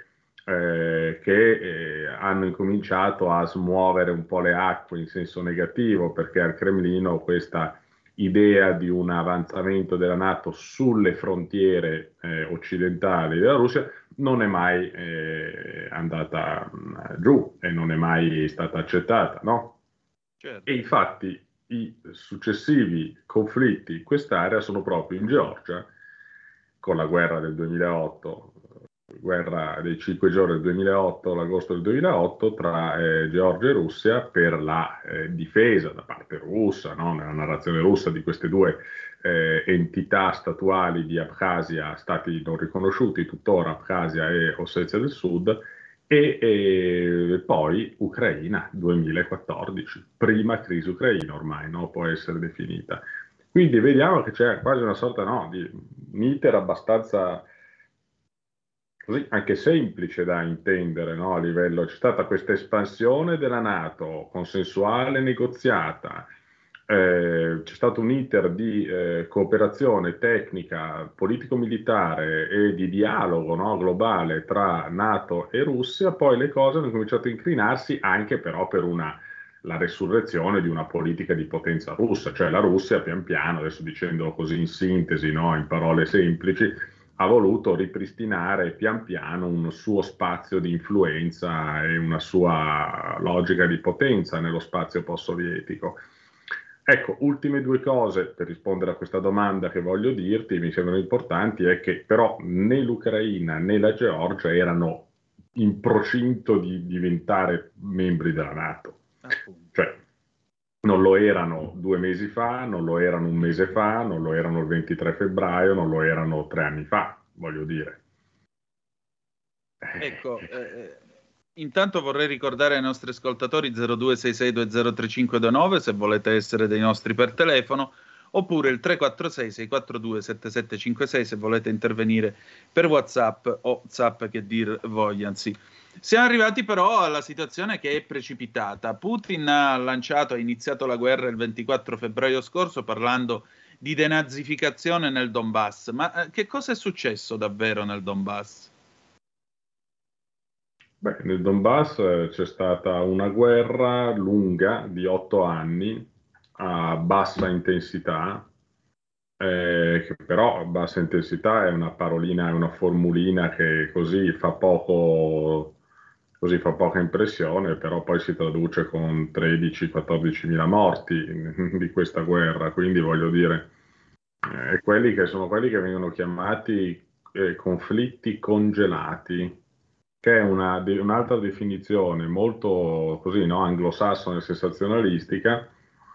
che hanno incominciato a smuovere un po' le acque in senso negativo, perché al Cremlino questa idea di un avanzamento della NATO sulle frontiere occidentali della Russia non è mai andata giù e non è mai stata accettata, no? Certo. E infatti i successivi conflitti in quest'area sono proprio in Georgia, con la guerra del 2008, guerra dei 5 giorni del 2008, l'agosto del 2008, tra Georgia e Russia per la difesa da parte russa, no? Nella narrazione russa di queste due entità statuali di Abkhazia, stati non riconosciuti tuttora, Abkhazia e Ossetia del Sud, e poi Ucraina 2014, prima crisi ucraina ormai, no? Può essere definita. Quindi vediamo che c'è quasi una sorta, no, di un iter abbastanza così anche semplice da intendere, no, a livello. C'è stata questa espansione della NATO, consensuale, negoziata, c'è stato un iter di cooperazione tecnica, politico-militare e di dialogo, no, globale tra NATO e Russia, poi le cose hanno cominciato a inclinarsi anche però per la resurrezione di una politica di potenza russa, cioè la Russia pian piano, adesso dicendolo così in sintesi, no, in parole semplici, ha voluto ripristinare pian piano un suo spazio di influenza e una sua logica di potenza nello spazio post-sovietico. Ecco, ultime due cose per rispondere a questa domanda che voglio dirti, mi sembrano importanti, è che però né l'Ucraina né la Georgia erano in procinto di diventare membri della NATO. Cioè, non lo erano 2 mesi fa, non lo erano un mese fa, non lo erano il 23 febbraio, non lo erano 3 anni fa, voglio dire. Ecco, intanto vorrei ricordare ai nostri ascoltatori 0266203529 se volete essere dei nostri per telefono, oppure il 346-642-7756 se volete intervenire per WhatsApp o Zap che dir vogliansi. Siamo arrivati però alla situazione che è precipitata. Putin ha iniziato la guerra il 24 febbraio scorso parlando di denazificazione nel Donbass. Ma che cosa è successo davvero nel Donbass? Beh, nel Donbass c'è stata una guerra lunga di 8 anni a bassa intensità, che però bassa intensità è una parolina, è una formulina che così fa poca impressione, però poi si traduce con 13-14 mila morti di questa guerra, quindi voglio dire, sono quelli che vengono chiamati conflitti congelati, che è un'altra definizione molto così, no, anglosassone, sensazionalistica,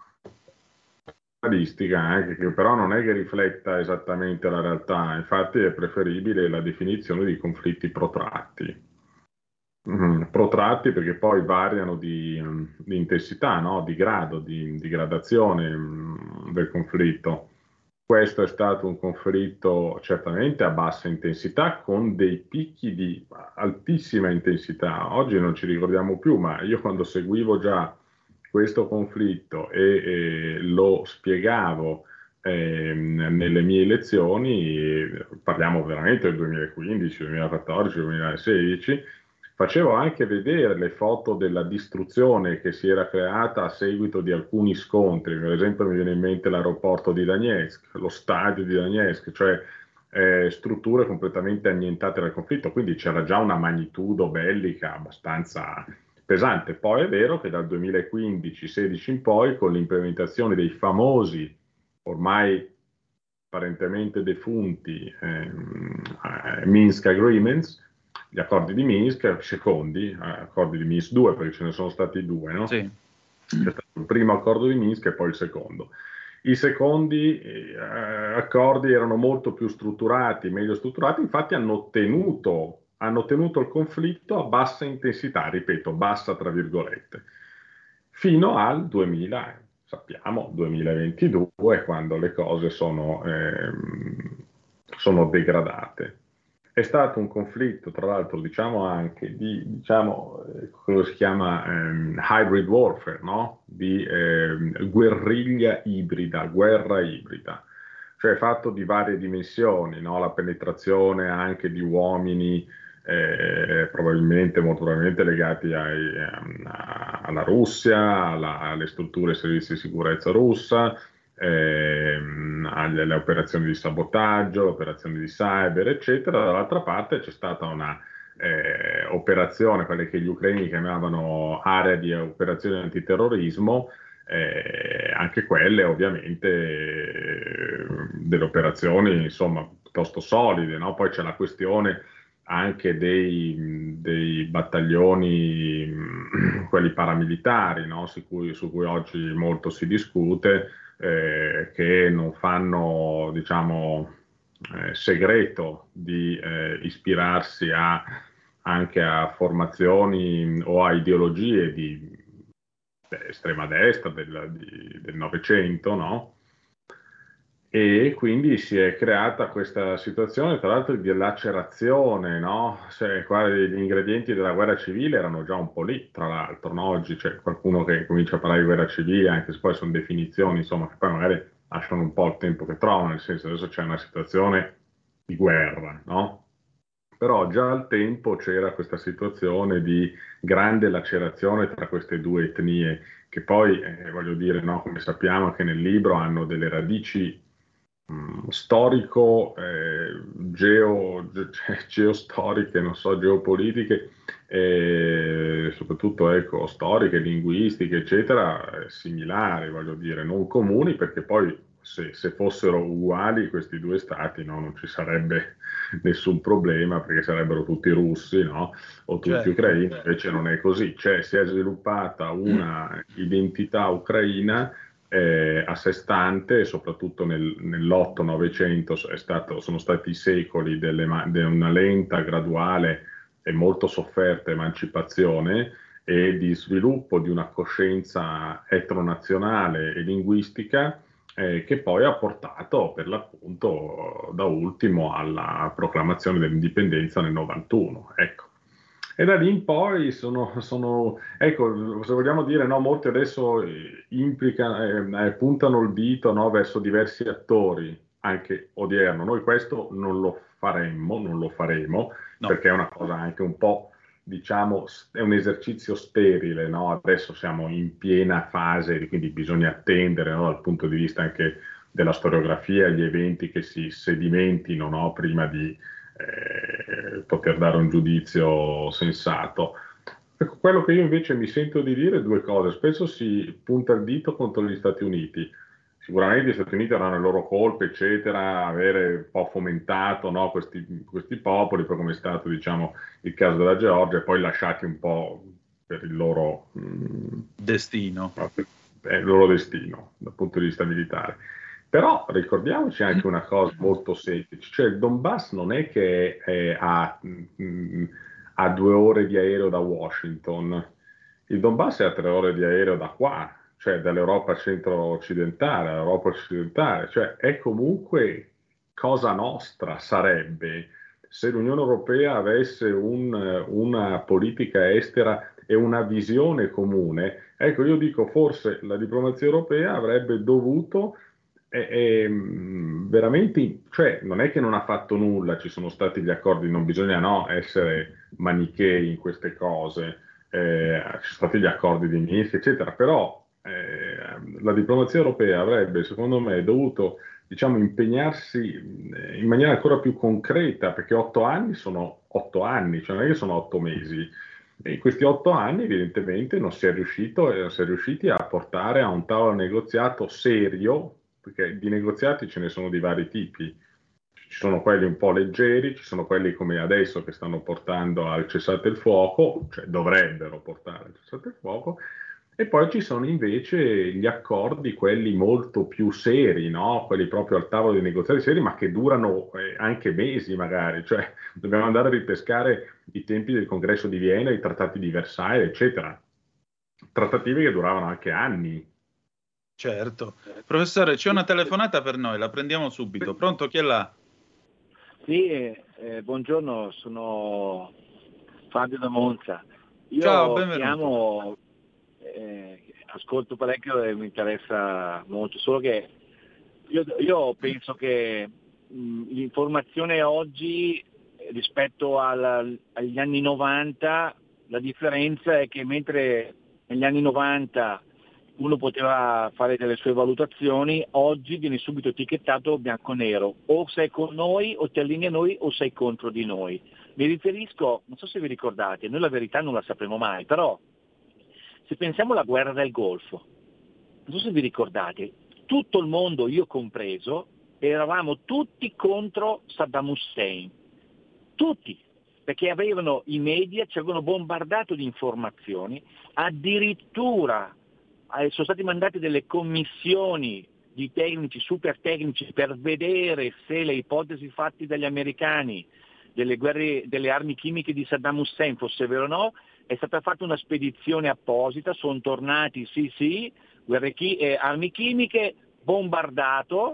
che però non è che rifletta esattamente la realtà, infatti è preferibile la definizione di conflitti protratti. Protratti perché poi variano di intensità, no? Di grado, di gradazione del conflitto. Questo è stato un conflitto certamente a bassa intensità, con dei picchi di altissima intensità. Oggi non ci ricordiamo più, ma io quando seguivo già questo conflitto e lo spiegavo nelle mie lezioni, parliamo veramente del 2015, 2014, 2016, facevo anche vedere le foto della distruzione che si era creata a seguito di alcuni scontri. Per esempio mi viene in mente l'aeroporto di Donetsk, lo stadio di Donetsk, cioè strutture completamente annientate dal conflitto, quindi c'era già una magnitudo bellica abbastanza pesante. Poi è vero che dal 2015-16 in poi, con l'implementazione dei famosi, ormai apparentemente defunti, Minsk Agreements, gli accordi di Minsk, accordi di Minsk 2, perché ce ne sono stati 2, no? Sì. C'è stato il primo accordo di Minsk e poi il secondo. I secondi accordi erano molto più strutturati, meglio strutturati, infatti hanno tenuto il conflitto a bassa intensità, ripeto, bassa tra virgolette, fino al 2022, quando le cose sono degradate. È stato un conflitto, tra l'altro, diciamo anche quello si chiama hybrid warfare, no? Di guerra ibrida, cioè fatto di varie dimensioni, no? La penetrazione anche di uomini molto probabilmente legati alla Russia, alle strutture e servizi di sicurezza russa, alle operazioni di sabotaggio, operazioni di cyber, eccetera. Dall'altra parte c'è stata una operazione, quelle che gli ucraini chiamavano area di operazione antiterrorismo, anche quelle ovviamente delle operazioni insomma piuttosto solide, no? Poi c'è la questione anche dei battaglioni, quelli paramilitari, no? su cui oggi molto si discute, che non fanno, diciamo, segreto di ispirarsi anche a formazioni o a ideologie di estrema destra del Novecento, no? E quindi si è creata questa situazione, tra l'altro, di lacerazione, no? Cioè, qua gli ingredienti della guerra civile erano già un po' lì, tra l'altro, no? Oggi c'è qualcuno che comincia a parlare di guerra civile, anche se poi sono definizioni, insomma, che poi magari lasciano un po' il tempo che trovano, nel senso adesso c'è una situazione di guerra, no? Però già al tempo c'era questa situazione di grande lacerazione tra queste due etnie, che poi, voglio dire, no, come sappiamo che nel libro hanno delle radici storico, geostoriche, non so, geopolitiche, soprattutto ecco, storiche, linguistiche, eccetera, similari, voglio dire, non comuni, perché poi se fossero uguali questi due stati, no, non ci sarebbe nessun problema, perché sarebbero tutti russi, no? O tutti Certo. ucraini, invece non è così, cioè si è sviluppata una identità ucraina a sé stante, e soprattutto nell'8-900 sono stati i secoli di una lenta, graduale e molto sofferta emancipazione e di sviluppo di una coscienza etnonazionale e linguistica, che poi ha portato per l'appunto da ultimo alla proclamazione dell'indipendenza nel 91. Ecco. E da lì in poi ecco, se vogliamo dire, no, molti adesso puntano il dito, no, verso diversi attori, anche odierno. Noi questo non lo faremo, No. perché è una cosa anche un po', diciamo, è un esercizio sterile, no? Adesso siamo in piena fase, quindi bisogna attendere, no, dal punto di vista anche della storiografia, gli eventi che si sedimentino, no, prima di poter dare un giudizio sensato. Ecco, quello che io invece mi sento di dire è due cose. Spesso si punta il dito contro gli Stati Uniti. Sicuramente gli Stati Uniti avranno le loro colpe, eccetera, avere un po' fomentato, no, questi popoli, poi come è stato, diciamo, il caso della Georgia, e poi lasciati un po' per il loro destino dal punto di vista militare. Però ricordiamoci anche una cosa molto semplice, cioè il Donbass non è che è a 2 ore di aereo da Washington, il Donbass è a 3 ore di aereo da qua, cioè dall'Europa centro-occidentale all'Europa occidentale, cioè è comunque cosa nostra, sarebbe se l'Unione Europea avesse una politica estera e una visione comune. Ecco, io dico forse la diplomazia europea avrebbe dovuto veramente, cioè non è che non ha fatto nulla, ci sono stati gli accordi, non bisogna no, essere manichei in queste cose, ci sono stati gli accordi di Minsk, eccetera, però la diplomazia europea avrebbe, secondo me, dovuto, diciamo, impegnarsi in maniera ancora più concreta, perché 8 anni sono 8 anni, cioè non è che sono 8 mesi. E in questi 8 anni evidentemente non si è riusciti a portare a un tavolo negoziato serio, perché di negoziati ce ne sono di vari tipi. Ci sono quelli un po' leggeri, ci sono quelli come adesso che stanno portando al cessate il fuoco, cioè dovrebbero portare al cessate il fuoco, e poi ci sono invece gli accordi, quelli molto più seri, no? Quelli proprio al tavolo dei negoziati seri, ma che durano anche mesi magari, cioè dobbiamo andare a ripescare i tempi del congresso di Vienna, i trattati di Versailles, eccetera. Trattative che duravano anche anni. Certo. Professore, c'è una telefonata per noi, la prendiamo subito. Pronto, chi è là? Sì, buongiorno, sono Fabio da Monza. Io Ciao, benvenuto. chiamo, ascolto parecchio e mi interessa molto, solo che io penso che l'informazione oggi rispetto agli anni 90, la differenza è che mentre negli anni 90 uno poteva fare delle sue valutazioni, oggi viene subito etichettato bianco-nero, o sei con noi o ti allinei a noi o sei contro di noi. Mi riferisco, non so se vi ricordate, noi la verità non la sapremo mai, però se pensiamo alla guerra del Golfo, non so se vi ricordate, tutto il mondo, io compreso, eravamo tutti contro Saddam Hussein, tutti, perché i media ci avevano bombardato di informazioni, addirittura sono stati mandati delle commissioni di tecnici, super tecnici, per vedere se le ipotesi fatte dagli americani delle armi chimiche di Saddam Hussein fosse vero o no. È stata fatta una spedizione apposita, sono tornati, sì, armi chimiche, bombardato,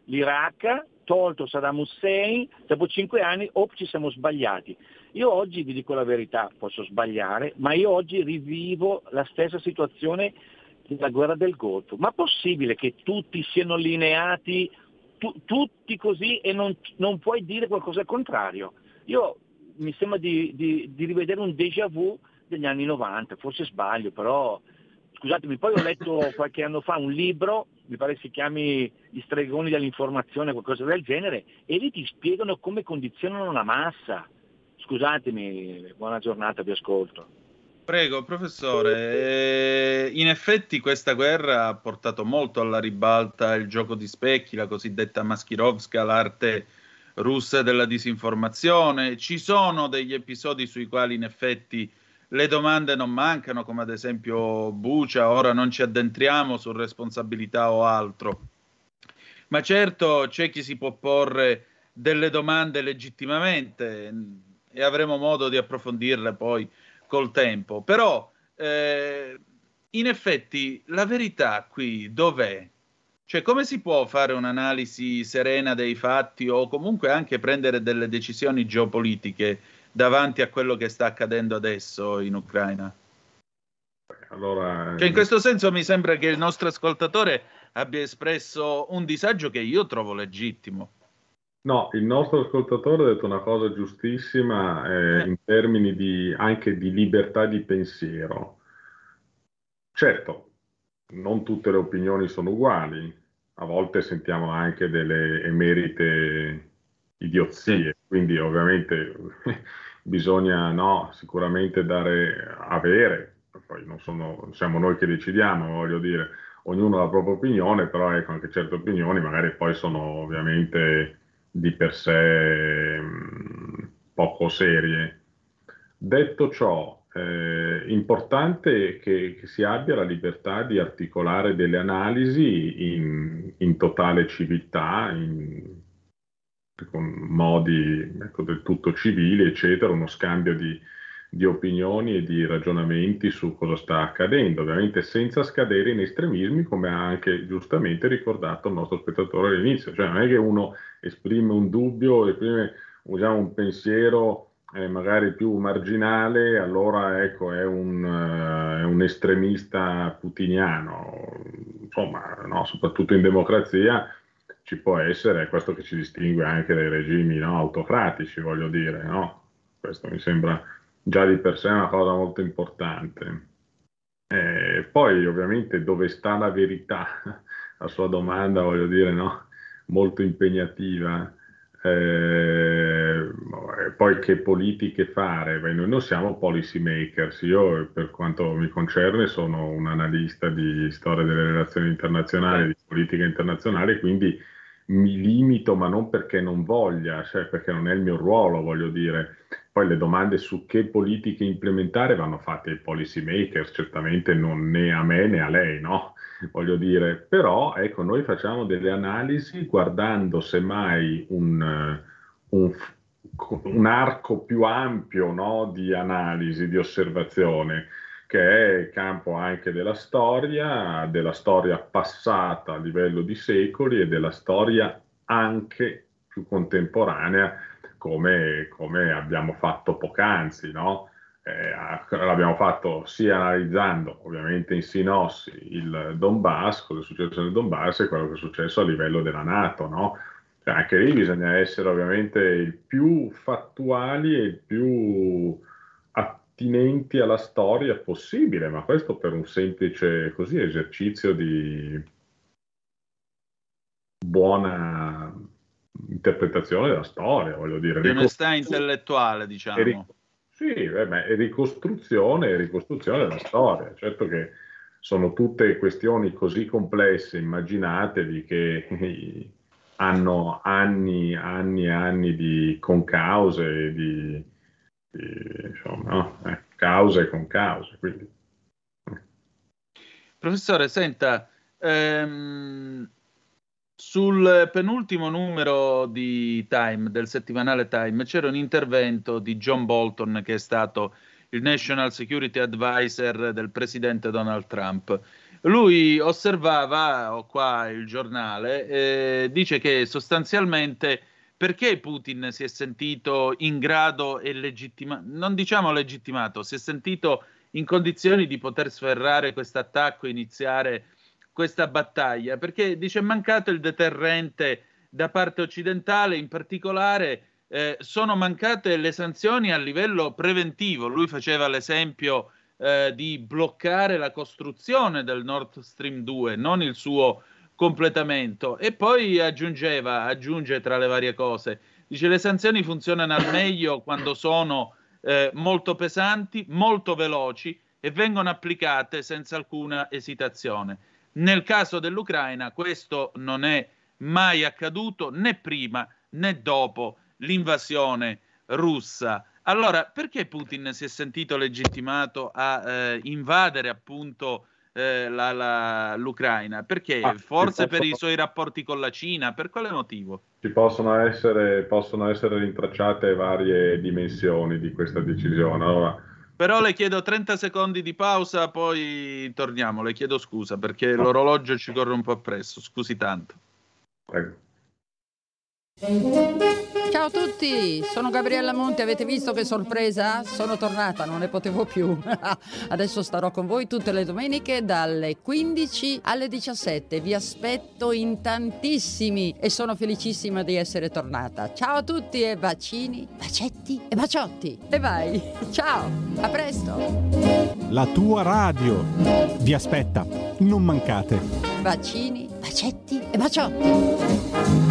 l'Iraq, tolto Saddam Hussein, dopo 5 anni, ci siamo sbagliati. Io oggi vi dico la verità, posso sbagliare, ma io oggi rivivo la stessa situazione della guerra del Golfo. Ma possibile che tutti siano allineati, tutti così, e non puoi dire qualcosa al contrario? Mi sembra di rivedere un déjà vu degli anni 90, forse sbaglio, però scusatemi, poi ho letto qualche anno fa un libro, mi pare si chiami Gli stregoni dell'informazione, qualcosa del genere, e lì ti spiegano come condizionano la massa. Scusatemi, buona giornata, vi ascolto. Prego, professore. In effetti questa guerra ha portato molto alla ribalta il gioco di specchi, la cosiddetta Maskirovska, l'arte russa della disinformazione. Ci sono degli episodi sui quali in effetti le domande non mancano, come ad esempio Bucha. Ora non ci addentriamo su responsabilità o altro, ma certo c'è chi si può porre delle domande legittimamente e avremo modo di approfondirle poi col tempo. Però in effetti la verità qui dov'è? Cioè, come si può fare un'analisi serena dei fatti o comunque anche prendere delle decisioni geopolitiche davanti a quello che sta accadendo adesso in Ucraina? Allora, Cioè, in questo senso mi sembra che il nostro ascoltatore abbia espresso un disagio che io trovo legittimo. no, il nostro ascoltatore ha detto una cosa giustissima in termini anche di libertà di pensiero. Certo, non tutte le opinioni sono uguali, a volte sentiamo anche delle emerite idiozie, quindi ovviamente bisogna sicuramente avere, poi non siamo noi che decidiamo, voglio dire, ognuno ha la propria opinione, però ecco, anche certe opinioni magari poi sono ovviamente di per sé poco serie. Detto ciò, importante che si abbia la libertà di articolare delle analisi in totale civiltà, con modi del tutto civili, eccetera, uno scambio di opinioni e di ragionamenti su cosa sta accadendo, ovviamente senza scadere in estremismi, come ha anche giustamente ricordato il nostro spettatore all'inizio. Cioè non è che uno esprime un dubbio, usiamo un pensiero magari più marginale, allora ecco, è un estremista putiniano. Insomma, no, soprattutto in democrazia ci può essere, è questo che ci distingue anche dai regimi autocratici, voglio dire, no? Questo mi sembra già di per sé una cosa molto importante. Poi ovviamente dove sta la verità, la sua domanda, voglio dire, no? Molto impegnativa. Poi che politiche fare? Beh, noi non siamo policy makers, io per quanto mi concerne sono un analista di storia delle relazioni internazionali, di politica internazionale, quindi mi limito, ma non perché non voglia, cioè perché non è il mio ruolo, voglio dire. Poi le domande su che politiche implementare vanno fatte ai policy makers, certamente non né a me né a lei, no? Voglio dire, però ecco, noi facciamo delle analisi guardando semmai un arco più ampio, no, di analisi, di osservazione, che è il campo anche della storia passata a livello di secoli e della storia anche più contemporanea, come abbiamo fatto poc'anzi, no? L'abbiamo fatto sia analizzando ovviamente in sinossi il Donbass, cosa è successo nel Donbass e quello che è successo a livello della NATO, no? Cioè, anche lì bisogna essere ovviamente il più fattuali e il più attinenti alla storia possibile, ma questo per un semplice così, esercizio di buona interpretazione della storia, voglio dire. Di onestà intellettuale, diciamo. Sì, è ricostruzione della storia. Certo che sono tutte questioni così complesse, immaginatevi, che hanno anni e anni di concause, insomma, no? Cause con cause. Quindi. Professore, senta, sul penultimo numero di Time, del settimanale Time, c'era un intervento di John Bolton, che è stato il National Security Advisor del presidente Donald Trump. Lui osservava, ho qua il giornale, dice che sostanzialmente perché Putin si è sentito in grado e non diciamo legittimato, si è sentito in condizioni di poter sferrare questo attacco, iniziare questa battaglia, perché dice è mancato il deterrente da parte occidentale, in particolare sono mancate le sanzioni a livello preventivo. Lui faceva l'esempio di bloccare la costruzione del Nord Stream 2, non il suo completamento. E poi aggiunge tra le varie cose, dice le sanzioni funzionano al meglio quando sono molto pesanti, molto veloci e vengono applicate senza alcuna esitazione. Nel caso dell'Ucraina questo non è mai accaduto né prima né dopo l'invasione russa. Allora, perché Putin si è sentito legittimato a invadere appunto l'Ucraina? Perché? Forse per i suoi rapporti con la Cina? Per quale motivo? Ci possono essere rintracciate varie dimensioni di questa decisione. Allora, però le chiedo 30 secondi di pausa, poi torniamo. Le chiedo scusa perché l'orologio ci corre un po' appresso. Scusi tanto. Prego. Ciao a tutti, sono Gabriella Monti, avete visto che sorpresa? Sono tornata, non ne potevo più. Adesso starò con voi tutte le domeniche dalle 15 alle 17. Vi aspetto in tantissimi e sono felicissima di essere tornata. Ciao a tutti e bacini, bacetti e baciotti. E vai, ciao, a presto. La tua radio vi aspetta, non mancate. Bacini, bacetti e baciotti.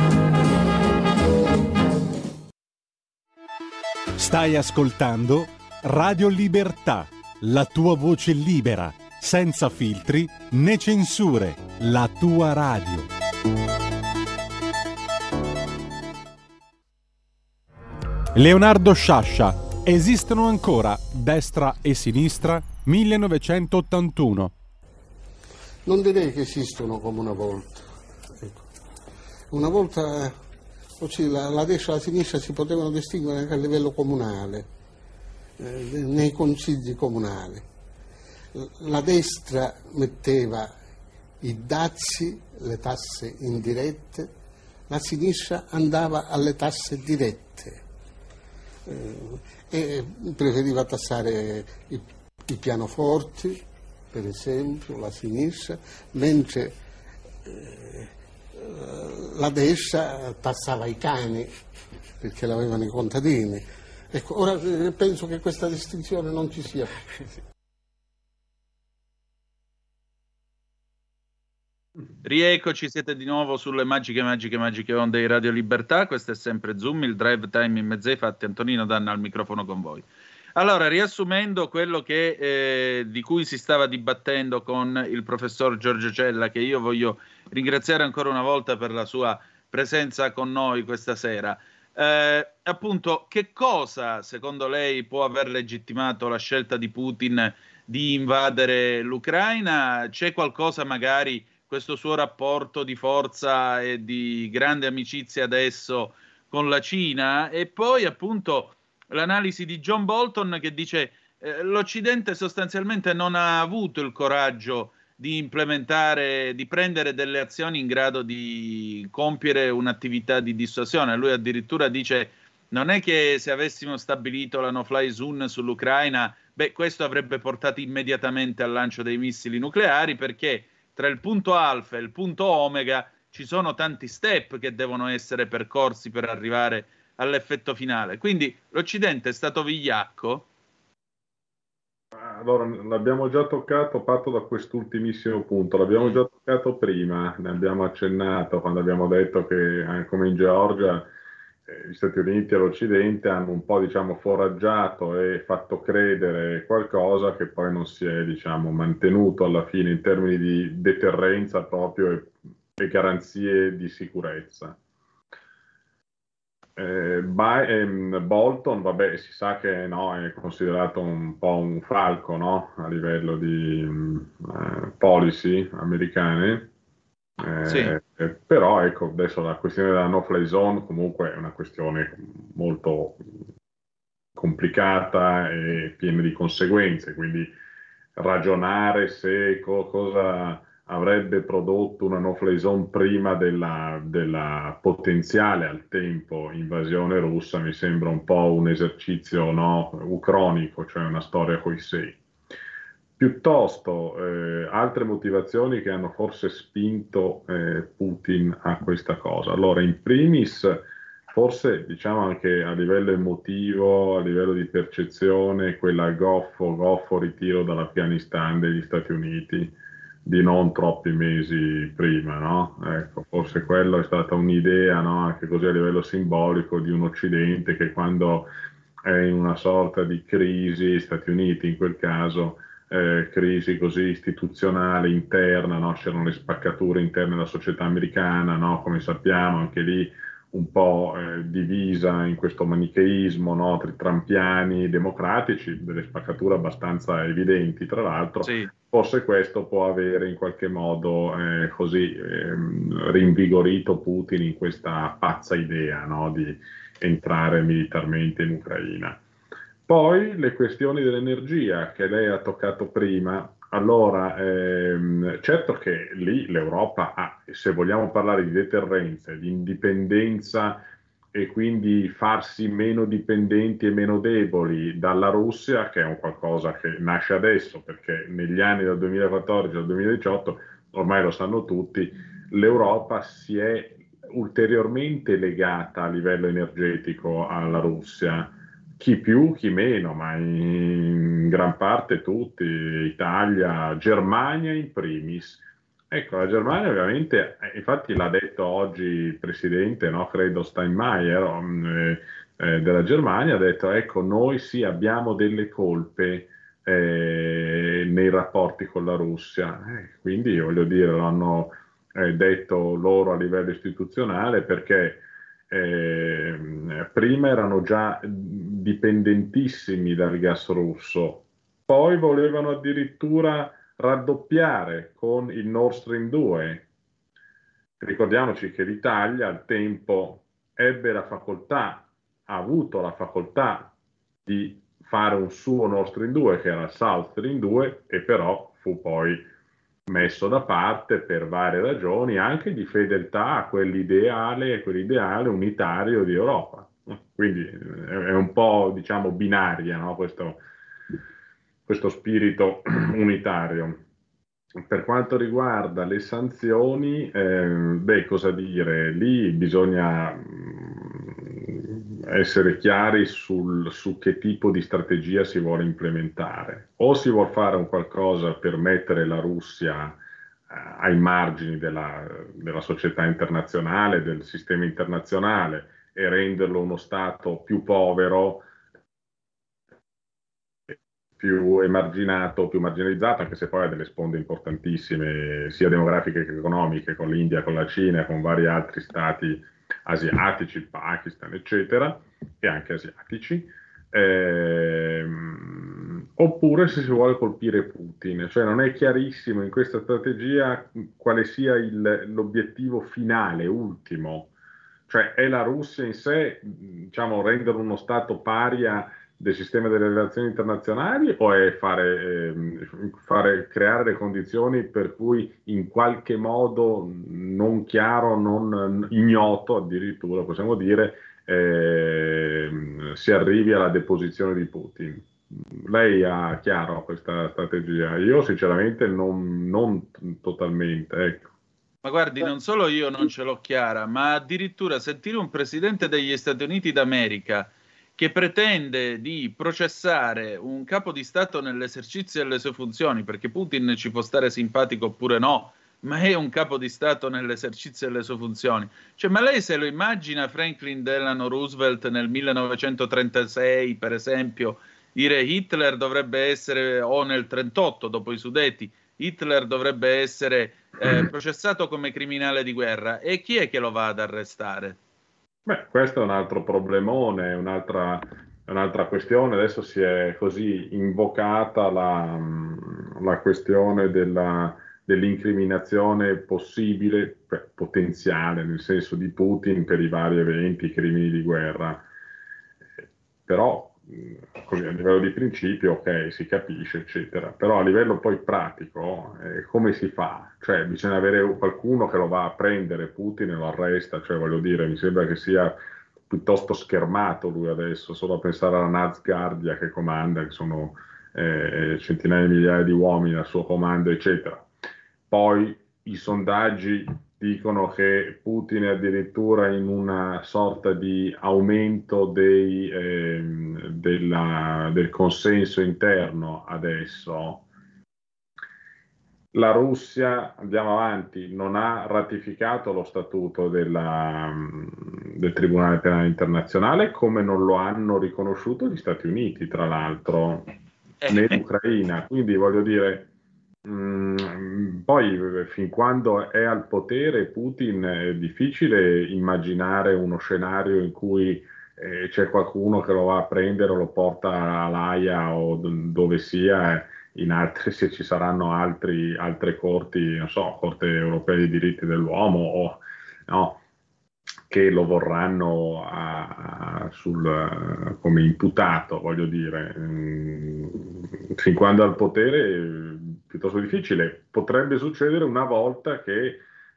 Stai ascoltando Radio Libertà, la tua voce libera, senza filtri né censure, la tua radio. Leonardo Sciascia, esistono ancora Destra e Sinistra? 1981. Non direi che esistono come una volta. Ecco. Una volta la destra e la sinistra si potevano distinguere anche a livello comunale, nei consigli comunali. La destra metteva i dazi, le tasse indirette, la sinistra andava alle tasse dirette e preferiva tassare i pianoforti, per esempio, la sinistra, mentre la destra tassava i cani perché l'avevano i contadini. Ecco, ora penso che questa distinzione non ci sia. Rieccoci, siete di nuovo sulle magiche onde di Radio Libertà. Questo è sempre Zoom, il drive time in mezzo ai fatti. Antonino Danna al microfono con voi. Allora, riassumendo quello che di cui si stava dibattendo con il professor Giorgio Cella, che io voglio ringraziare ancora una volta per la sua presenza con noi questa sera. Appunto, che cosa secondo lei può aver legittimato la scelta di Putin di invadere l'Ucraina? C'è qualcosa, magari, questo suo rapporto di forza e di grande amicizia adesso con la Cina? E poi, appunto, l'analisi di John Bolton che dice l'Occidente sostanzialmente non ha avuto il coraggio di implementare, di prendere delle azioni in grado di compiere un'attività di dissuasione. Lui addirittura dice non è che se avessimo stabilito la no-fly zone sull'Ucraina, questo avrebbe portato immediatamente al lancio dei missili nucleari, perché tra il punto alfa e il punto omega ci sono tanti step che devono essere percorsi per arrivare all'effetto finale. Quindi l'Occidente è stato vigliacco? Allora, l'abbiamo già toccato, parto da quest'ultimissimo punto, l'abbiamo già toccato prima, ne abbiamo accennato quando abbiamo detto che, come in Georgia, gli Stati Uniti e l'Occidente hanno un po', foraggiato e fatto credere qualcosa che poi non si è, mantenuto alla fine in termini di deterrenza proprio e garanzie di sicurezza. Bolton, si sa che è considerato un po' un falco, a livello di policy americane, sì. Però ecco, adesso la questione della no-fly zone comunque è una questione molto complicata e piena di conseguenze, quindi ragionare se cosa avrebbe prodotto una no-fly zone prima della potenziale al tempo invasione russa mi sembra un po' un esercizio ucronico, cioè una storia coi sei. Piuttosto altre motivazioni che hanno forse spinto Putin a questa cosa. Allora, in primis, forse diciamo anche a livello emotivo, a livello di percezione, quella goffo ritiro dall'Afghanistan degli Stati Uniti di non troppi mesi prima, no? Ecco, forse quello è stata un'idea, no? Anche così a livello simbolico di un Occidente che quando è in una sorta di crisi, Stati Uniti in quel caso, crisi così istituzionale interna, no? C'erano le spaccature interne alla società americana, no? Come sappiamo, anche lì un po' divisa in questo manicheismo, no? Tra trampiani democratici, delle spaccature abbastanza evidenti, tra l'altro. Sì. Forse questo può avere in qualche modo rinvigorito Putin in questa pazza idea, no? Di entrare militarmente in Ucraina. Poi le questioni dell'energia che lei ha toccato prima. Allora, certo che lì l'Europa ha, se vogliamo parlare di deterrenza, di indipendenza e quindi farsi meno dipendenti e meno deboli dalla Russia, che è un qualcosa che nasce adesso, perché negli anni dal 2014 al 2018, ormai lo sanno tutti, l'Europa si è ulteriormente legata a livello energetico alla Russia. Chi più, chi meno, ma in gran parte tutti, Italia, Germania in primis. Ecco, la Germania ovviamente, infatti l'ha detto oggi il presidente, no, credo Steinmeier, della Germania, ha detto, ecco, noi sì abbiamo delle colpe nei rapporti con la Russia. Quindi, voglio dire, l'hanno detto loro a livello istituzionale perché prima erano già dipendentissimi dal gas russo, poi volevano addirittura raddoppiare con il Nord Stream 2. Ricordiamoci che l'Italia al tempo ha avuto la facoltà di fare un suo Nord Stream 2 che era South Stream 2 e però fu poi messo da parte per varie ragioni, anche di fedeltà a quell'ideale unitario di Europa. Quindi è un po', diciamo, binaria, no? Questo spirito unitario. Per quanto riguarda le sanzioni, cosa dire? Lì bisogna essere chiari su che tipo di strategia si vuole implementare. O si vuole fare un qualcosa per mettere la Russia ai margini della società internazionale, del sistema internazionale e renderlo uno Stato più povero, più emarginato, più marginalizzato, anche se poi ha delle sponde importantissime, sia demografiche che economiche, con l'India, con la Cina, con vari altri stati asiatici, il Pakistan, eccetera, e anche asiatici. Oppure se si vuole colpire Putin, cioè non è chiarissimo in questa strategia quale sia l'obiettivo finale, ultimo, cioè è la Russia in sé, diciamo, rendere uno Stato paria del sistema delle relazioni internazionali o è creare le condizioni per cui in qualche modo non chiaro, non ignoto addirittura, possiamo dire, si arrivi alla deposizione di Putin. Lei ha chiaro questa strategia? Io sinceramente non totalmente, ecco. Ma guardi, non solo io non ce l'ho chiara, ma addirittura sentire un presidente degli Stati Uniti d'America che pretende di processare un capo di Stato nell'esercizio delle sue funzioni, perché Putin ci può stare simpatico oppure no, ma è un capo di Stato nell'esercizio delle sue funzioni. Cioè, ma lei se lo immagina Franklin Delano Roosevelt nel 1936, per esempio, dire Hitler dovrebbe essere, o nel 1938, dopo i Sudeti, Hitler dovrebbe essere processato come criminale di guerra, e chi è che lo va ad arrestare? Beh, questo è un altro problemone, un'altra questione. Adesso si è così invocata la questione dell'incriminazione possibile, potenziale, nel senso di Putin per i vari eventi, crimini di guerra. Però così a livello di principio, ok, si capisce, eccetera, però a livello poi pratico, come si fa? Cioè, bisogna avere qualcuno che lo va a prendere Putin e lo arresta, cioè voglio dire, mi sembra che sia piuttosto schermato lui adesso, solo a pensare alla Nazguardia che comanda, che sono centinaia di migliaia di uomini al suo comando, eccetera. Poi i sondaggi dicono che Putin è addirittura in una sorta di aumento del consenso interno adesso. La Russia, andiamo avanti, non ha ratificato lo statuto del Tribunale Penale Internazionale, come non lo hanno riconosciuto gli Stati Uniti, tra l'altro, né l'Ucraina. Quindi voglio dire, poi fin quando è al potere Putin è difficile immaginare uno scenario in cui c'è qualcuno che lo va a prendere o lo porta all'Aia o dove sia, in altre, se ci saranno altre corti, non so, Corte Europea dei diritti dell'uomo o no, che lo vorranno come imputato, voglio dire. Fin quando è al potere è piuttosto difficile. Potrebbe succedere una volta che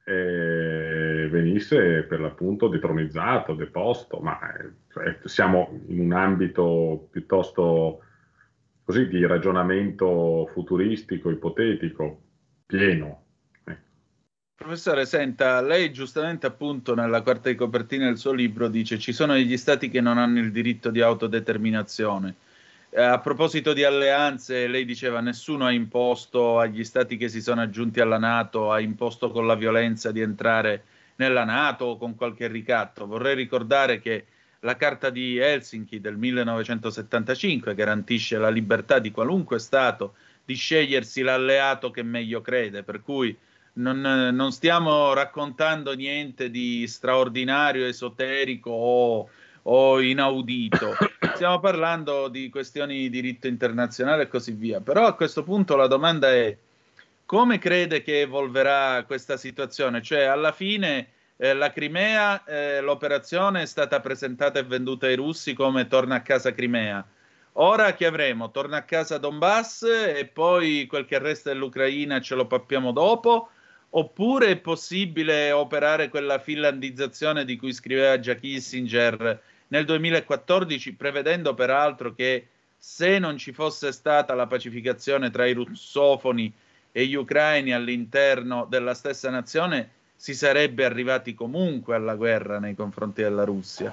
venisse per l'appunto detronizzato, deposto, ma siamo in un ambito piuttosto così di ragionamento futuristico, ipotetico, pieno. Professore, senta, lei giustamente appunto nella quarta di copertina del suo libro dice ci sono degli stati che non hanno il diritto di autodeterminazione. A proposito di alleanze, lei diceva nessuno ha imposto agli stati che si sono aggiunti alla NATO, ha imposto con la violenza di entrare nella NATO o con qualche ricatto. Vorrei ricordare che la Carta di Helsinki del 1975 garantisce la libertà di qualunque Stato di scegliersi l'alleato che meglio crede, per cui non stiamo raccontando niente di straordinario, esoterico o inaudito. Stiamo parlando di questioni di diritto internazionale e così via. Però a questo punto la domanda è: come crede che evolverà questa situazione? Cioè, alla fine la Crimea, l'operazione è stata presentata e venduta ai russi come torna a casa Crimea. Ora che avremo? Torna a casa Donbass e poi quel che resta dell'Ucraina ce lo pappiamo dopo? Oppure è possibile operare quella finlandizzazione di cui scriveva già Kissinger nel 2014, prevedendo peraltro che se non ci fosse stata la pacificazione tra i russofoni e gli ucraini all'interno della stessa nazione, si sarebbe arrivati comunque alla guerra nei confronti della Russia?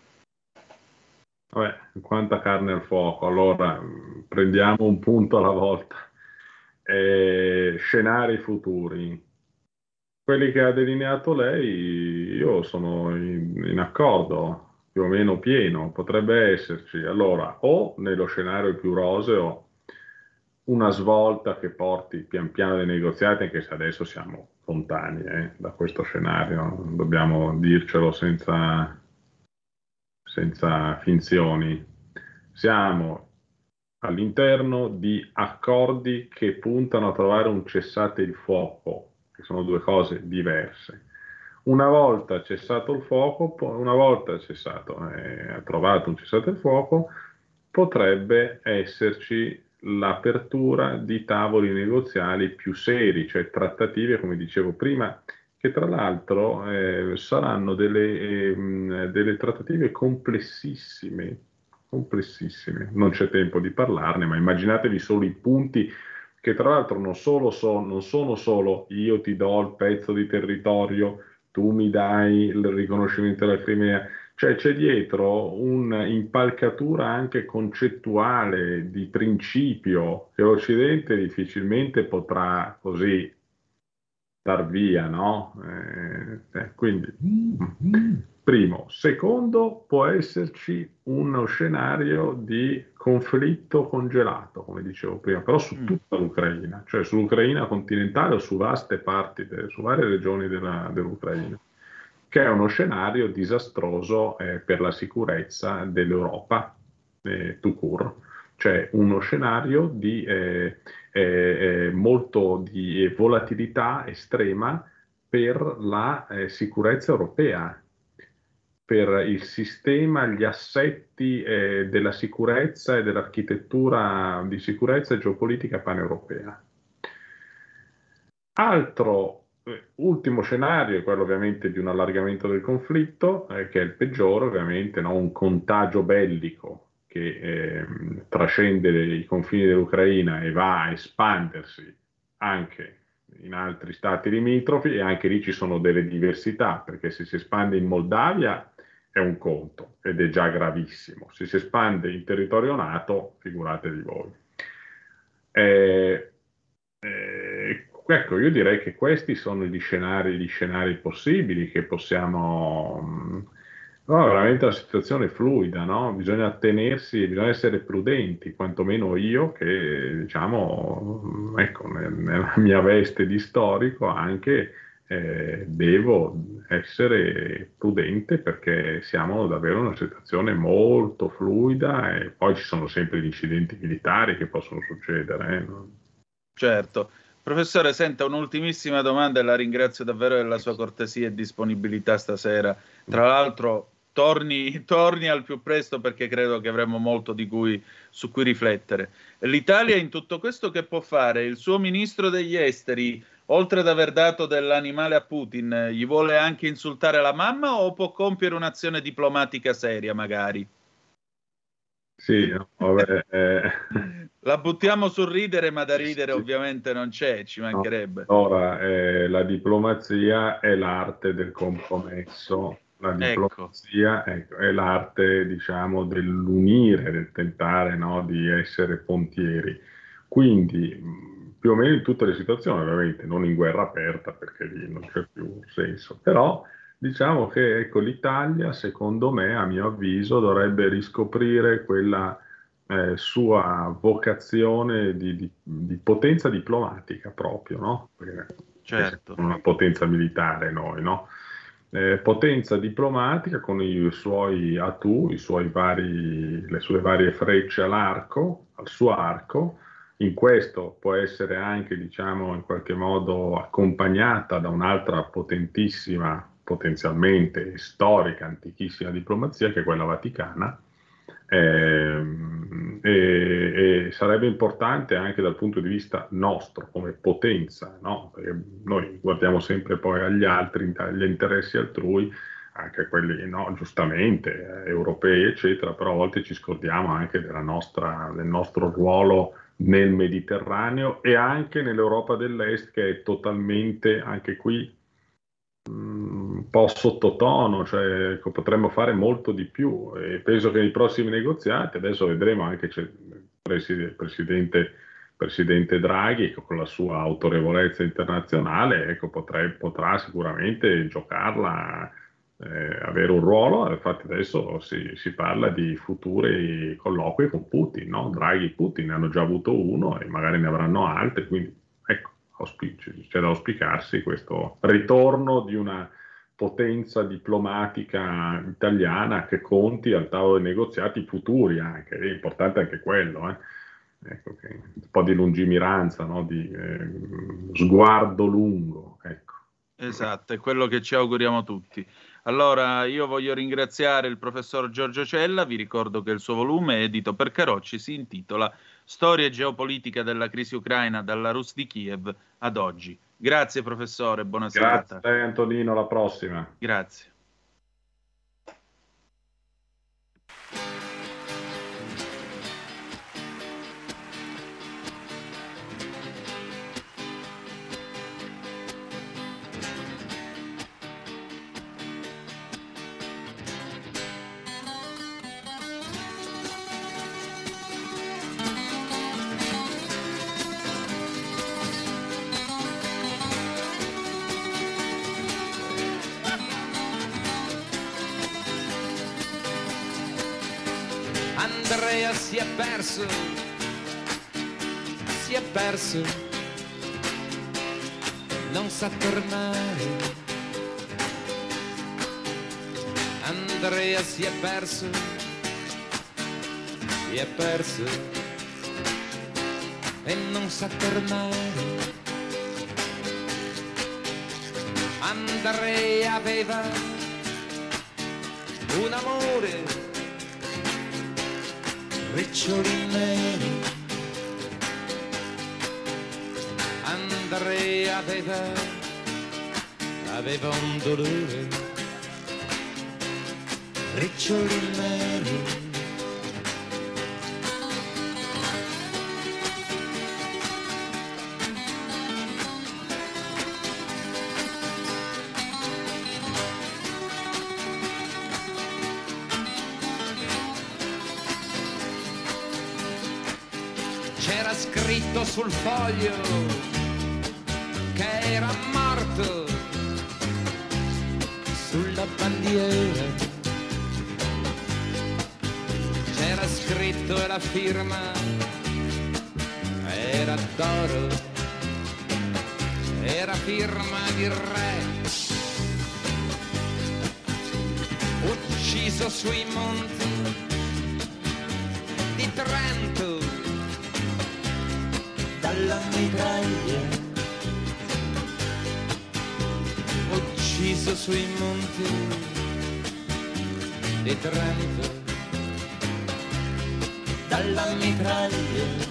Vabbè, quanta carne al fuoco. Allora, prendiamo un punto alla volta. Scenari futuri. Quelli che ha delineato lei, io sono in accordo, più o meno pieno, potrebbe esserci. Allora, o nello scenario più roseo, una svolta che porti pian piano dei negoziati, anche se adesso siamo lontani da questo scenario, dobbiamo dircelo senza finzioni. Siamo all'interno di accordi che puntano a trovare un cessate il fuoco, che sono due cose diverse. Una volta cessato il fuoco, una volta trovato un cessate il fuoco, potrebbe esserci l'apertura di tavoli negoziali più seri, cioè trattative, come dicevo prima, che tra l'altro saranno delle trattative complessissime, non c'è tempo di parlarne, ma immaginatevi solo i punti che tra l'altro non sono solo io ti do il pezzo di territorio, tu mi dai il riconoscimento della Crimea, cioè c'è dietro un'impalcatura anche concettuale, di principio, che l'Occidente difficilmente potrà così dar via, no? Quindi, primo. Secondo, può esserci uno scenario di conflitto congelato, come dicevo prima, però su tutta l'Ucraina, cioè sull'Ucraina continentale o su vaste parti, su varie regioni dell'Ucraina, che è uno scenario disastroso per la sicurezza dell'Europa, tout court. Cioè uno scenario di molto di volatilità estrema per la sicurezza europea, per il sistema, gli assetti della sicurezza e dell'architettura di sicurezza e geopolitica paneuropea. Ultimo scenario è quello ovviamente di un allargamento del conflitto, che è il peggiore ovviamente, no? Un contagio bellico che trascende i confini dell'Ucraina e va a espandersi anche in altri stati limitrofi, e anche lì ci sono delle diversità, perché se si espande in Moldavia è un conto ed è già gravissimo, se si espande in territorio NATO figuratevi voi. Ecco, io direi che questi sono gli scenari possibili che possiamo. No, è veramente una situazione fluida, no? Bisogna attenersi, bisogna essere prudenti, quantomeno io che, diciamo, ecco, nella mia veste di storico anche devo essere prudente, perché siamo davvero in una situazione molto fluida, e poi ci sono sempre gli incidenti militari che possono succedere. Certo. Professore, senta, un'ultimissima domanda e la ringrazio davvero della sua cortesia e disponibilità stasera. Tra l'altro, torni al più presto, perché credo che avremo molto su cui riflettere. L'Italia in tutto questo che può fare? Il suo ministro degli esteri, oltre ad aver dato dell'animale a Putin, gli vuole anche insultare la mamma, o può compiere un'azione diplomatica seria magari? Sì, vabbè, la buttiamo sul ridere, ma da ridere ovviamente non c'è, ci mancherebbe. Allora, la diplomazia è l'arte del compromesso, la diplomazia è l'arte, diciamo, dell'unire, del tentare, no, di essere pontieri. Quindi, più o meno in tutte le situazioni, ovviamente, non in guerra aperta, perché lì non c'è più senso, però diciamo che, ecco, l'Italia, secondo me, a mio avviso, dovrebbe riscoprire quella sua vocazione di potenza diplomatica proprio, no? Perché certo. Una potenza militare noi, no? Potenza diplomatica con i suoi attu, le sue varie frecce al suo arco. In questo può essere anche, diciamo, in qualche modo accompagnata da un'altra potentissima, potenzialmente storica, antichissima diplomazia, che è quella vaticana, e sarebbe importante anche dal punto di vista nostro come potenza, no? Perché noi guardiamo sempre poi agli altri, agli interessi altrui, anche quelli, no, giustamente europei eccetera, però a volte ci scordiamo anche del nostro ruolo nel Mediterraneo e anche nell'Europa dell'Est, che è totalmente, anche qui, un po' sottotono, cioè potremmo fare molto di più, e penso che nei prossimi negoziati, adesso vedremo anche c'è il presidente Draghi, con la sua autorevolezza internazionale, ecco, potrà sicuramente giocarla, avere un ruolo. Infatti adesso si parla di futuri colloqui con Putin, no? Draghi e Putin ne hanno già avuto uno e magari ne avranno altri, quindi ecco, c'è da auspicarsi questo ritorno di una potenza diplomatica italiana che conti al tavolo dei negoziati futuri anche, è importante anche quello, ecco, un po' di lungimiranza, no? Di sguardo lungo, ecco. Esatto, è quello che ci auguriamo tutti. Allora, io voglio ringraziare il professor Giorgio Cella, vi ricordo che il suo volume, edito per Carocci, si intitola Storia e geopolitica della crisi ucraina dalla Rus di Kiev ad oggi. Grazie professore, buona serata. Grazie Antonino, alla prossima. Grazie. Andrea si è perso, non sa tornare. Andrea si è perso e non sa tornare. Andrea aveva un amore, riccioli neri. Andrea aveva un dolore, riccioli neri. C'era scritto sul foglio che era morto, sulla bandiera c'era scritto e la firma era d'oro, era firma di re, ucciso sui monti di Trento dalla mitraglia, ucciso sui monti di Trento dalla mitraglia.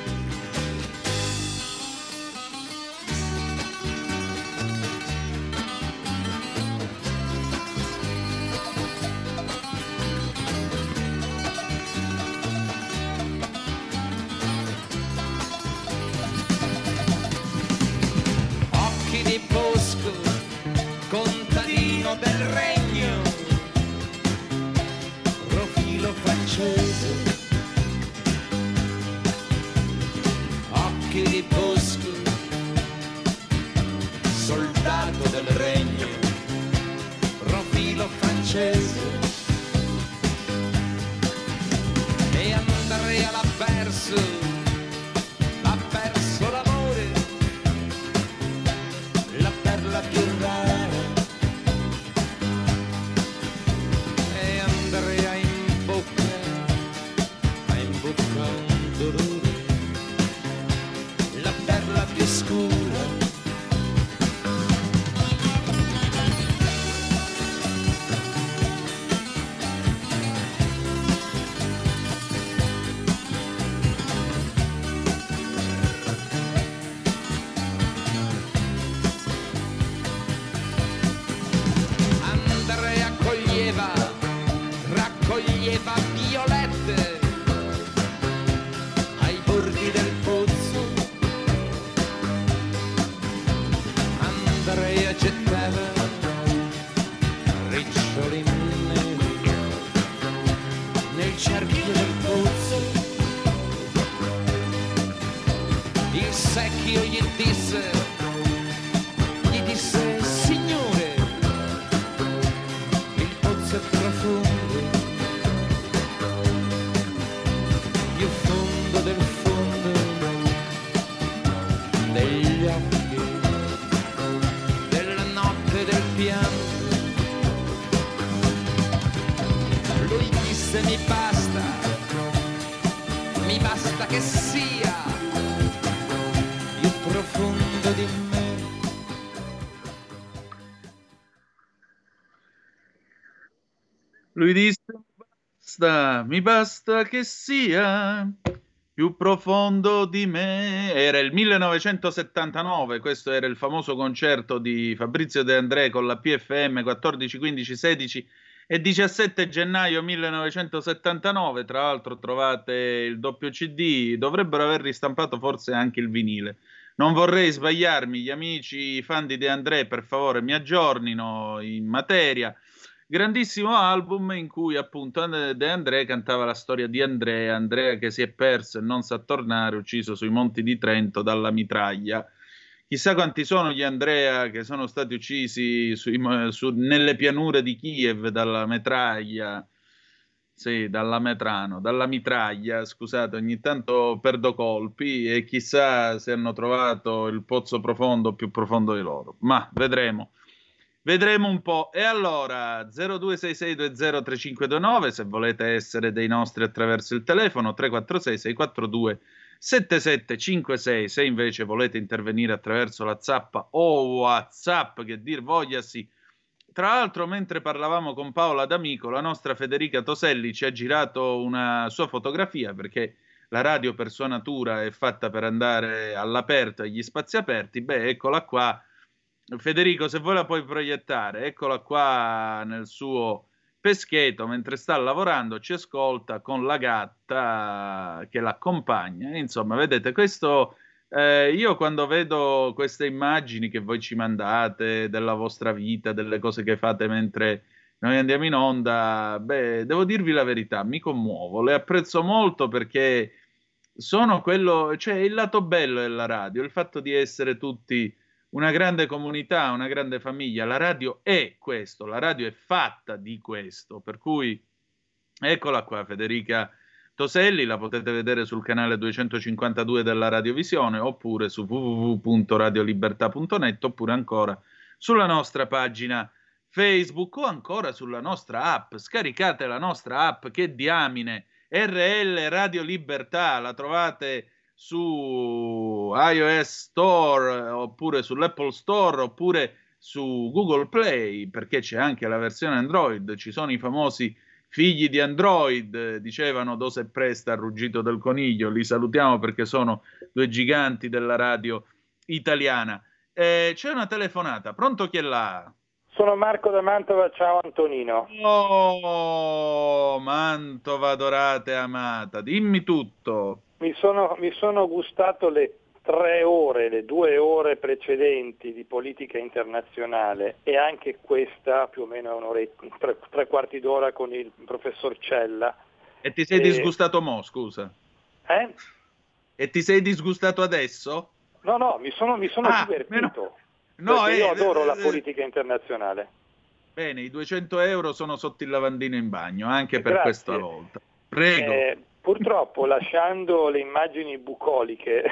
Di Bosco, contadino del regno, profilo francese. Occhi di Bosco, soldato del regno, profilo francese. E Andrea l'ha perso l'amore, la perla più rara. E Andrea in bocca un dolore, la perla più scura. Raccoglieva violette ai bordi del pozzo. Andrea gettava riccioli neri nel cerchio del pozzo. Il secchio gli disse signore, il pozzo è profondo, più fondo del fondo degli occhi, della notte del pianto. Lui disse mi basta che sia più profondo di me. Lui disse mi basta che sia più profondo di me. Era il 1979, questo era il famoso concerto di Fabrizio De André con la PFM 14, 15, 16 e 17 gennaio 1979. Tra l'altro trovate il doppio CD, dovrebbero aver ristampato forse anche il vinile. Non vorrei sbagliarmi, gli amici fan di De André per favore mi aggiornino in materia. Grandissimo album in cui appunto De André cantava la storia di Andrea che si è perso e non sa tornare, ucciso sui monti di Trento dalla mitraglia. Chissà quanti sono gli Andrea che sono stati uccisi nelle pianure di Kiev dalla metraglia, sì, dalla mitraglia, scusate, ogni tanto perdo colpi e chissà se hanno trovato il pozzo profondo più profondo di loro, ma vedremo. Vedremo un po'. E allora 0266203529 se volete essere dei nostri attraverso il telefono, 346 642 7756 se invece volete intervenire attraverso la zappa o WhatsApp, che dir vogliasi tra l'altro, mentre parlavamo con Paola D'Amico, la nostra Federica Toselli ci ha girato una sua fotografia, perché la radio per sua natura è fatta per andare all'aperto, agli spazi aperti. Beh, eccola qua. Federico, se vuoi la puoi proiettare, eccola qua nel suo peschetto, mentre sta lavorando, ci ascolta con la gatta che l'accompagna. Insomma, vedete, questo... io quando vedo queste immagini che voi ci mandate della vostra vita, delle cose che fate mentre noi andiamo in onda, beh, devo dirvi la verità, mi commuovo, le apprezzo molto perché sono quello, cioè il lato bello della radio, il fatto di essere tutti una grande comunità, una grande famiglia. La radio è questo, la radio è fatta di questo, per cui eccola qua Federica Toselli, la potete vedere sul canale 252 della Radiovisione oppure su www.radiolibertà.net oppure ancora sulla nostra pagina Facebook o ancora sulla nostra app. Scaricate la nostra app, che diamine, RL Radio Libertà, la trovate su iOS Store oppure sull'Apple Store oppure su Google Play, perché c'è anche la versione Android, ci sono i famosi figli di Android, dicevano Dose Presta al ruggito del coniglio, li salutiamo perché sono due giganti della radio italiana. C'è una telefonata, pronto, chi è là? Sono Marco da Mantova, ciao Antonino. Oh, Mantova dorata e amata, dimmi tutto. Mi sono gustato le 2 ore precedenti di politica internazionale e anche questa più o meno un'oretta, tre quarti d'ora con il professor Cella. E ti sei disgustato mo, scusa? E ti sei disgustato adesso? No, mi sono divertito. No, io adoro la politica internazionale. Bene, i 200 euro sono sotto il lavandino in bagno, anche per questa volta. Prego. Purtroppo, lasciando le immagini bucoliche,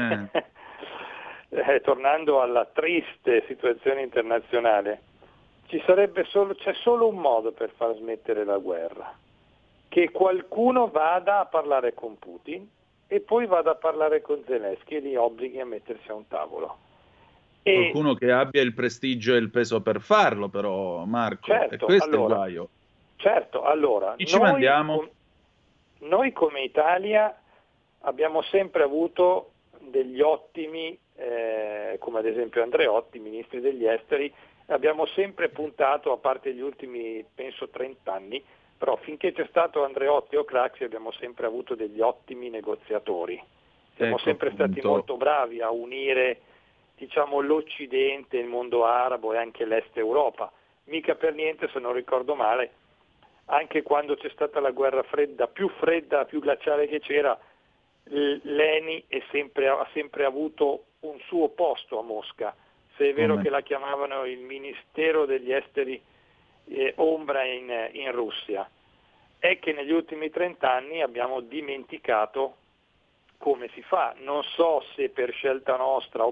tornando alla triste situazione internazionale, c'è solo un modo per far smettere la guerra: che qualcuno vada a parlare con Putin e poi vada a parlare con Zelensky e li obblighi a mettersi a un tavolo. Qualcuno che abbia il prestigio e il peso per farlo, però, Marco, e questo è il guaio. Certo, allora, ci mandiamo? Noi come Italia abbiamo sempre avuto degli ottimi, come ad esempio Andreotti, ministri degli esteri, abbiamo sempre puntato, a parte gli ultimi, penso, 30 anni, però finché c'è stato Andreotti o Craxi abbiamo sempre avuto degli ottimi negoziatori. Siamo sempre stati molto bravi a unire, diciamo, l'Occidente, il mondo arabo e anche l'Est Europa. Mica per niente, se non ricordo male, anche quando c'è stata la guerra fredda, più glaciale che c'era, l'ENI ha sempre avuto un suo posto a Mosca, se è vero che la chiamavano il Ministero degli Esteri ombra in Russia. È che negli ultimi 30 anni abbiamo dimenticato come si fa, non so se per scelta nostra o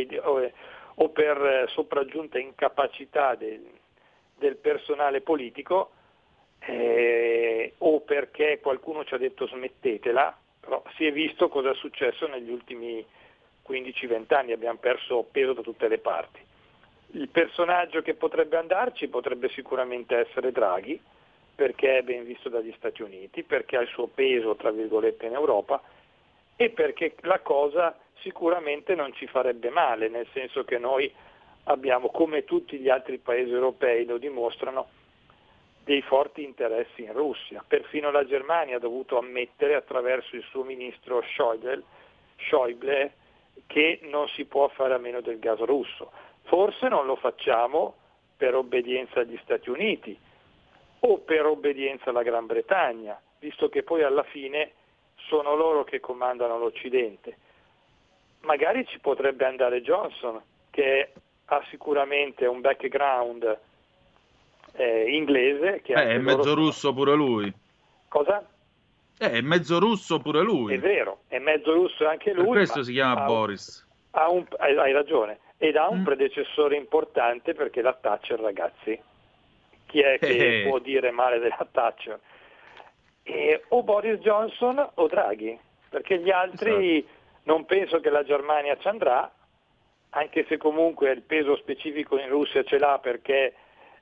per sopraggiunta incapacità del personale politico, o perché qualcuno ci ha detto smettetela, però si è visto cosa è successo negli ultimi 15-20 anni, abbiamo perso peso da tutte le parti. Il personaggio che potrebbe andarci potrebbe sicuramente essere Draghi, perché è ben visto dagli Stati Uniti, perché ha il suo peso, tra virgolette, in Europa, e perché la cosa sicuramente non ci farebbe male, nel senso che noi abbiamo, come tutti gli altri paesi europei lo dimostrano, dei forti interessi in Russia. Perfino la Germania ha dovuto ammettere attraverso il suo ministro Schäuble che non si può fare a meno del gas russo. Forse non lo facciamo per obbedienza agli Stati Uniti o per obbedienza alla Gran Bretagna, visto che poi alla fine sono loro che comandano l'Occidente. Magari ci potrebbe andare Johnson, che ha sicuramente un background inglese. Che è mezzo russo pure lui. Cosa? È mezzo russo pure lui. È vero, è mezzo russo anche lui. Per questo si chiama Boris. Hai ragione. Ed ha un predecessore importante, perché la Thatcher, ragazzi. Chi è che può dire male della Thatcher? O Boris Johnson o Draghi, perché gli altri non penso che la Germania ci andrà, anche se comunque il peso specifico in Russia ce l'ha, perché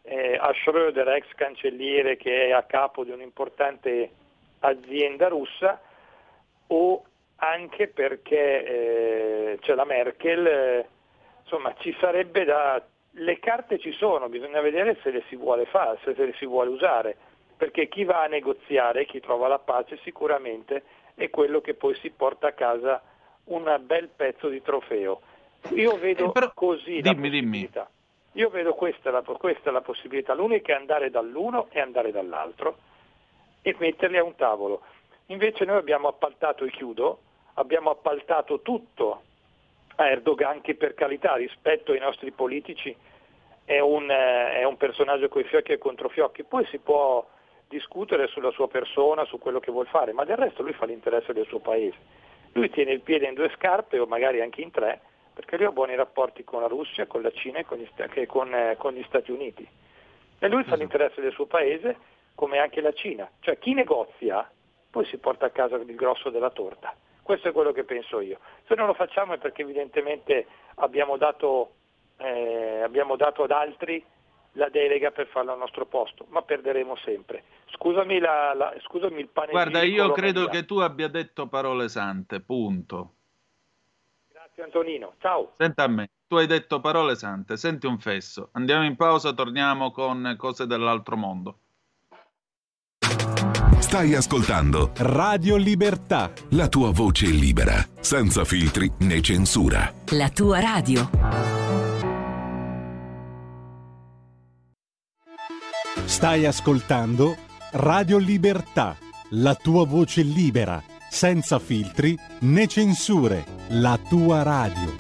a Schröder, ex cancelliere che è a capo di un'importante azienda russa, o anche perché c'è la Merkel, insomma ci sarebbe le carte ci sono, bisogna vedere se le si vuole fare, se le si vuole usare, perché chi va a negoziare, chi trova la pace sicuramente è quello che poi si porta a casa un bel pezzo di trofeo. Io vedo così la possibilità. Io vedo questa è la possibilità. L'unica è andare dall'uno e andare dall'altro e metterli a un tavolo. Invece noi abbiamo appaltato, e chiudo, abbiamo appaltato tutto a Erdogan, che per carità rispetto ai nostri politici è un personaggio coi fiocchi e controfiocchi. Poi si può discutere sulla sua persona, su quello che vuol fare, ma del resto lui fa l'interesse del suo paese. Lui tiene il piede in due scarpe o magari anche in tre, perché lui ha buoni rapporti con la Russia, con la Cina e con gli Stati Uniti. E lui fa l'interesse del suo paese, come anche la Cina. Cioè chi negozia poi si porta a casa il grosso della torta. Questo è quello che penso io. Se non lo facciamo è perché evidentemente abbiamo dato ad altri la delega per farlo al nostro posto, ma perderemo sempre. Scusami il panegirico. Guarda, io credo che tu abbia detto parole sante, punto. Grazie Antonino, ciao. Senta a me, tu hai detto parole sante, senti un fesso. Andiamo in pausa, torniamo con cose dell'altro mondo. Stai ascoltando Radio Libertà, la tua voce libera, senza filtri né censura. La tua radio. Stai ascoltando Radio Libertà, la tua voce libera, senza filtri né censure. La tua radio.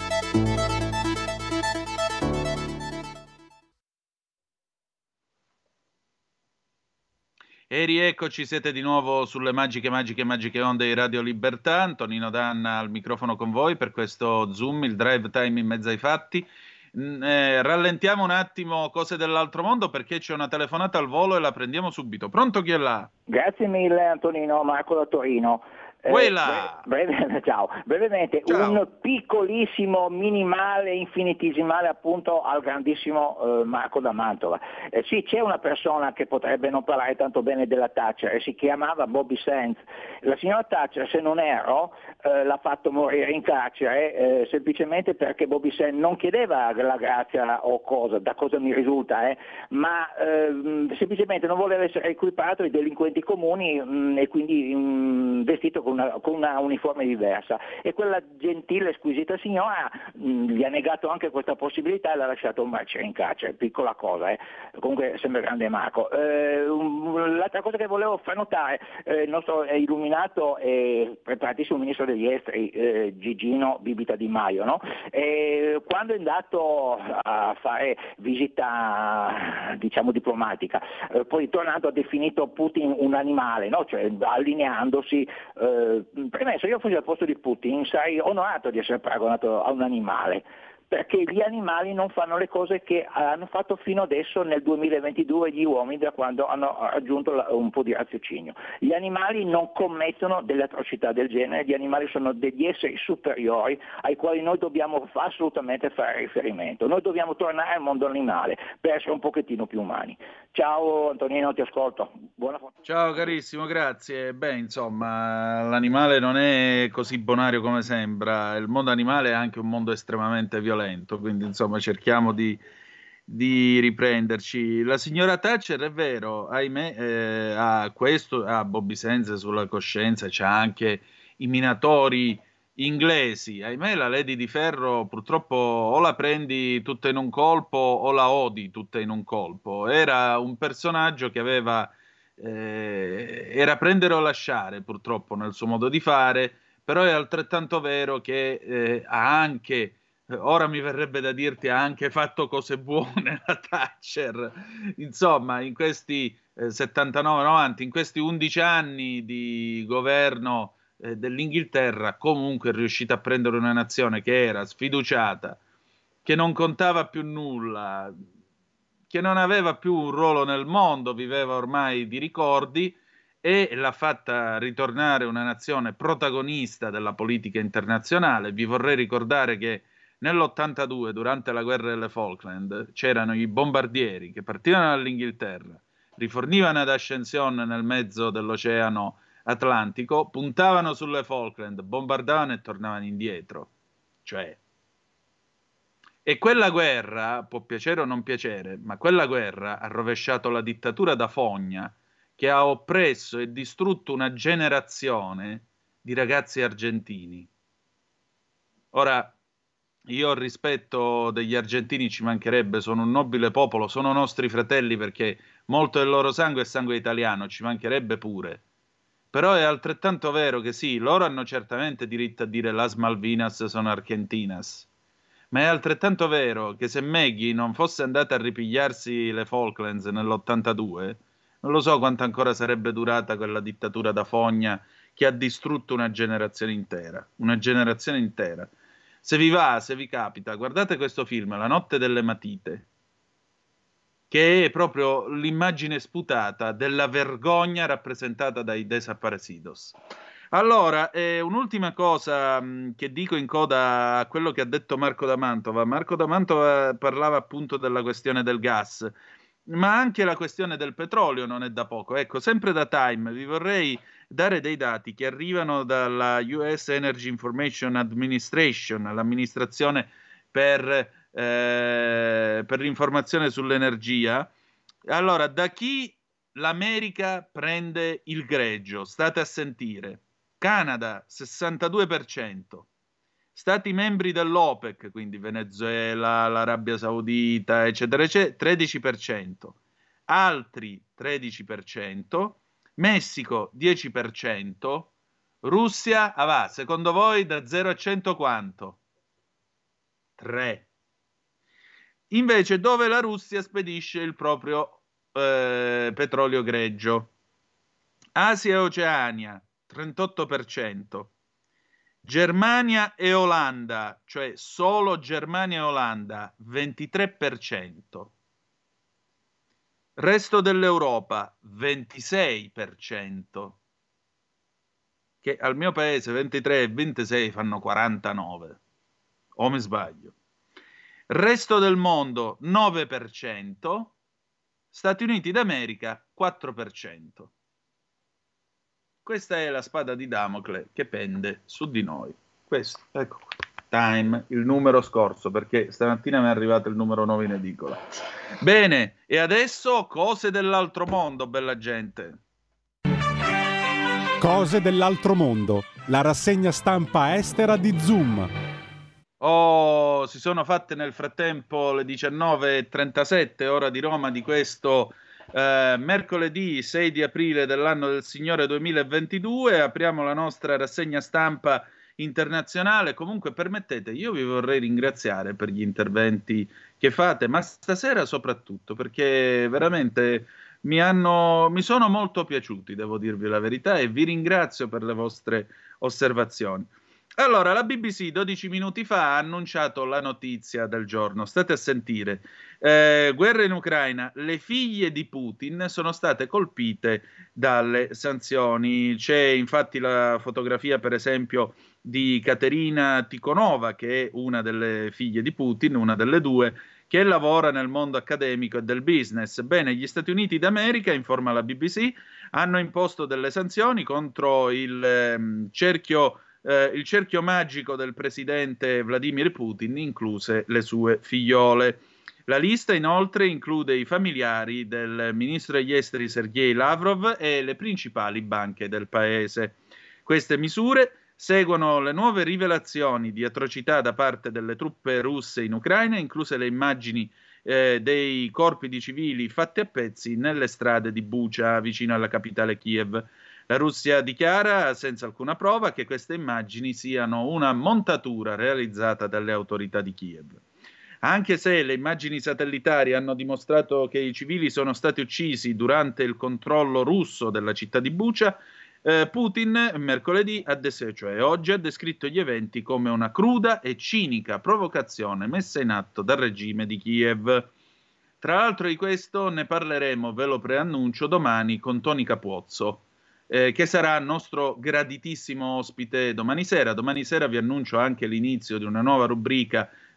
E rieccoci, siete di nuovo sulle magiche onde di Radio Libertà. Antonino Danna al microfono con voi per questo Zoom, il drive time in mezzo ai fatti. Rallentiamo un attimo cose dell'altro mondo perché c'è una telefonata al volo e la prendiamo subito. Pronto, chi è là? Grazie mille Antonino, Marco da Torino. Ciao, brevemente. Ciao. Un piccolissimo, minimale, infinitesimale appunto al grandissimo Marco da Mantova. Sì, c'è una persona che potrebbe non parlare tanto bene della Thatcher e si chiamava Bobby Sands. La signora Thatcher, se non erro, l'ha fatto morire in carcere semplicemente perché Bobby Sands non chiedeva la grazia o cosa, da cosa mi risulta, ma semplicemente non voleva essere equiparato ai delinquenti comuni e quindi vestito con una uniforme diversa, e quella gentile squisita signora gli ha negato anche questa possibilità e l'ha lasciato marcire in carcere. Piccola cosa, comunque sembra grande Marco. L'altra cosa che volevo far notare, il nostro illuminato e preparatissimo ministro degli esteri Gigino Bibita Di Maio, no? Quando è andato a fare visita diciamo diplomatica, poi tornato ha definito Putin un animale, no? Cioè allineandosi. Premesso, io fossi al posto di Putin sarei onorato di essere paragonato a un animale, perché gli animali non fanno le cose che hanno fatto fino adesso nel 2022 gli uomini, da quando hanno raggiunto un po' di raziocinio. Gli animali non commettono delle atrocità del genere, gli animali sono degli esseri superiori ai quali noi dobbiamo assolutamente fare riferimento. Noi dobbiamo tornare al mondo animale per essere un pochettino più umani. Ciao Antonino, ti ascolto. Buona fortuna. Ciao carissimo, grazie. Beh, insomma, l'animale non è così bonario come sembra. Il mondo animale è anche un mondo estremamente violento, quindi insomma cerchiamo di riprenderci. La signora Thatcher, è vero, ahimè, ha Bobby Sands sulla coscienza, c'ha anche i minatori inglesi. Ahimè, la Lady di Ferro purtroppo o la prendi tutta in un colpo o la odi tutta in un colpo. Era un personaggio che era prendere o lasciare purtroppo nel suo modo di fare, però è altrettanto vero che ha anche, ora mi verrebbe da dirti, ha anche fatto cose buone la Thatcher. Insomma, in questi 79-90, in questi 11 anni di governo dell'Inghilterra, comunque è riuscita a prendere una nazione che era sfiduciata, che non contava più nulla, che non aveva più un ruolo nel mondo, viveva ormai di ricordi, e l'ha fatta ritornare una nazione protagonista della politica internazionale. Vi vorrei ricordare che nell'82, durante la guerra delle Falkland, c'erano i bombardieri che partivano dall'Inghilterra, rifornivano ad Ascension nel mezzo dell'Oceano Atlantico, puntavano sulle Falkland, bombardavano e tornavano indietro. Cioè, e quella guerra, può piacere o non piacere, ma quella guerra ha rovesciato la dittatura da fogna, che ha oppresso e distrutto una generazione di ragazzi argentini. Ora, io ho rispetto degli argentini, ci mancherebbe, sono un nobile popolo, sono nostri fratelli perché molto del loro sangue è sangue italiano, ci mancherebbe pure. Però è altrettanto vero che sì, loro hanno certamente diritto a dire las Malvinas sono argentinas, ma è altrettanto vero che se Maggie non fosse andata a ripigliarsi le Falklands nell'82, non lo so quanto ancora sarebbe durata quella dittatura da fogna che ha distrutto una generazione intera. Una generazione intera. Se vi va, se vi capita, guardate questo film, La notte delle matite, che è proprio l'immagine sputata della vergogna rappresentata dai desaparecidos. Allora, un'ultima cosa che dico in coda a quello che ha detto Marco da Mantova. Marco da Mantova parlava appunto della questione del gas, ma anche la questione del petrolio non è da poco. Ecco, sempre da Time, vi vorrei dare dei dati che arrivano dalla US Energy Information Administration, l'amministrazione per l'informazione sull'energia. Allora, da chi l'America prende il greggio? State a sentire. Canada 62%, Stati membri dell'OPEC, quindi Venezuela, l'Arabia Saudita, eccetera, eccetera, 13%, altri 13%, Messico 10%, Russia, secondo voi da 0 a 100 quanto? 3. Invece dove la Russia spedisce il proprio petrolio greggio? Asia e Oceania 38%, Germania e Olanda, cioè solo Germania e Olanda, 23%, resto dell'Europa 26%, che al mio paese 23 e 26 fanno 49, o mi sbaglio? Resto del mondo 9%, Stati Uniti d'America 4%. Questa è la spada di Damocle che pende su di noi. Questo, ecco qua. Time, il numero scorso, perché stamattina mi è arrivato il numero 9 in edicola. Bene, e adesso cose dell'altro mondo, bella gente. Cose dell'altro mondo, la rassegna stampa estera di Zoom. Oh, si sono fatte nel frattempo le 19:37, ora di Roma, di questo mercoledì 6 di aprile dell'anno del Signore 2022. Apriamo la nostra rassegna stampa internazionale. Comunque permettete, io vi vorrei ringraziare per gli interventi che fate, ma stasera soprattutto perché veramente mi sono molto piaciuti, devo dirvi la verità, e vi ringrazio per le vostre osservazioni. Allora, la BBC 12 minuti fa ha annunciato la notizia del giorno. State a sentire. Guerra in Ucraina. Le figlie di Putin sono state colpite dalle sanzioni. C'è infatti la fotografia, per esempio, di Katerina Tikhonova, che è una delle figlie di Putin, una delle due, che lavora nel mondo accademico e del business. Bene, gli Stati Uniti d'America, informa la BBC, hanno imposto delle sanzioni contro il cerchio magico del presidente Vladimir Putin, incluse le sue figliole. La lista inoltre include i familiari del ministro degli esteri Sergei Lavrov e le principali banche del paese. Queste misure seguono le nuove rivelazioni di atrocità da parte delle truppe russe in Ucraina, incluse le immagini dei corpi di civili fatti a pezzi nelle strade di Bucha, vicino alla capitale Kiev. La Russia dichiara senza alcuna prova che queste immagini siano una montatura realizzata dalle autorità di Kiev. Anche se le immagini satellitari hanno dimostrato che i civili sono stati uccisi durante il controllo russo della città di Bucha, Putin mercoledì, cioè oggi, ha descritto gli eventi come una cruda e cinica provocazione messa in atto dal regime di Kiev. Tra l'altro di questo ne parleremo, ve lo preannuncio, domani con Tony Capozzo, che sarà nostro graditissimo ospite domani sera. Domani sera vi annuncio anche l'inizio di una nuova rubrica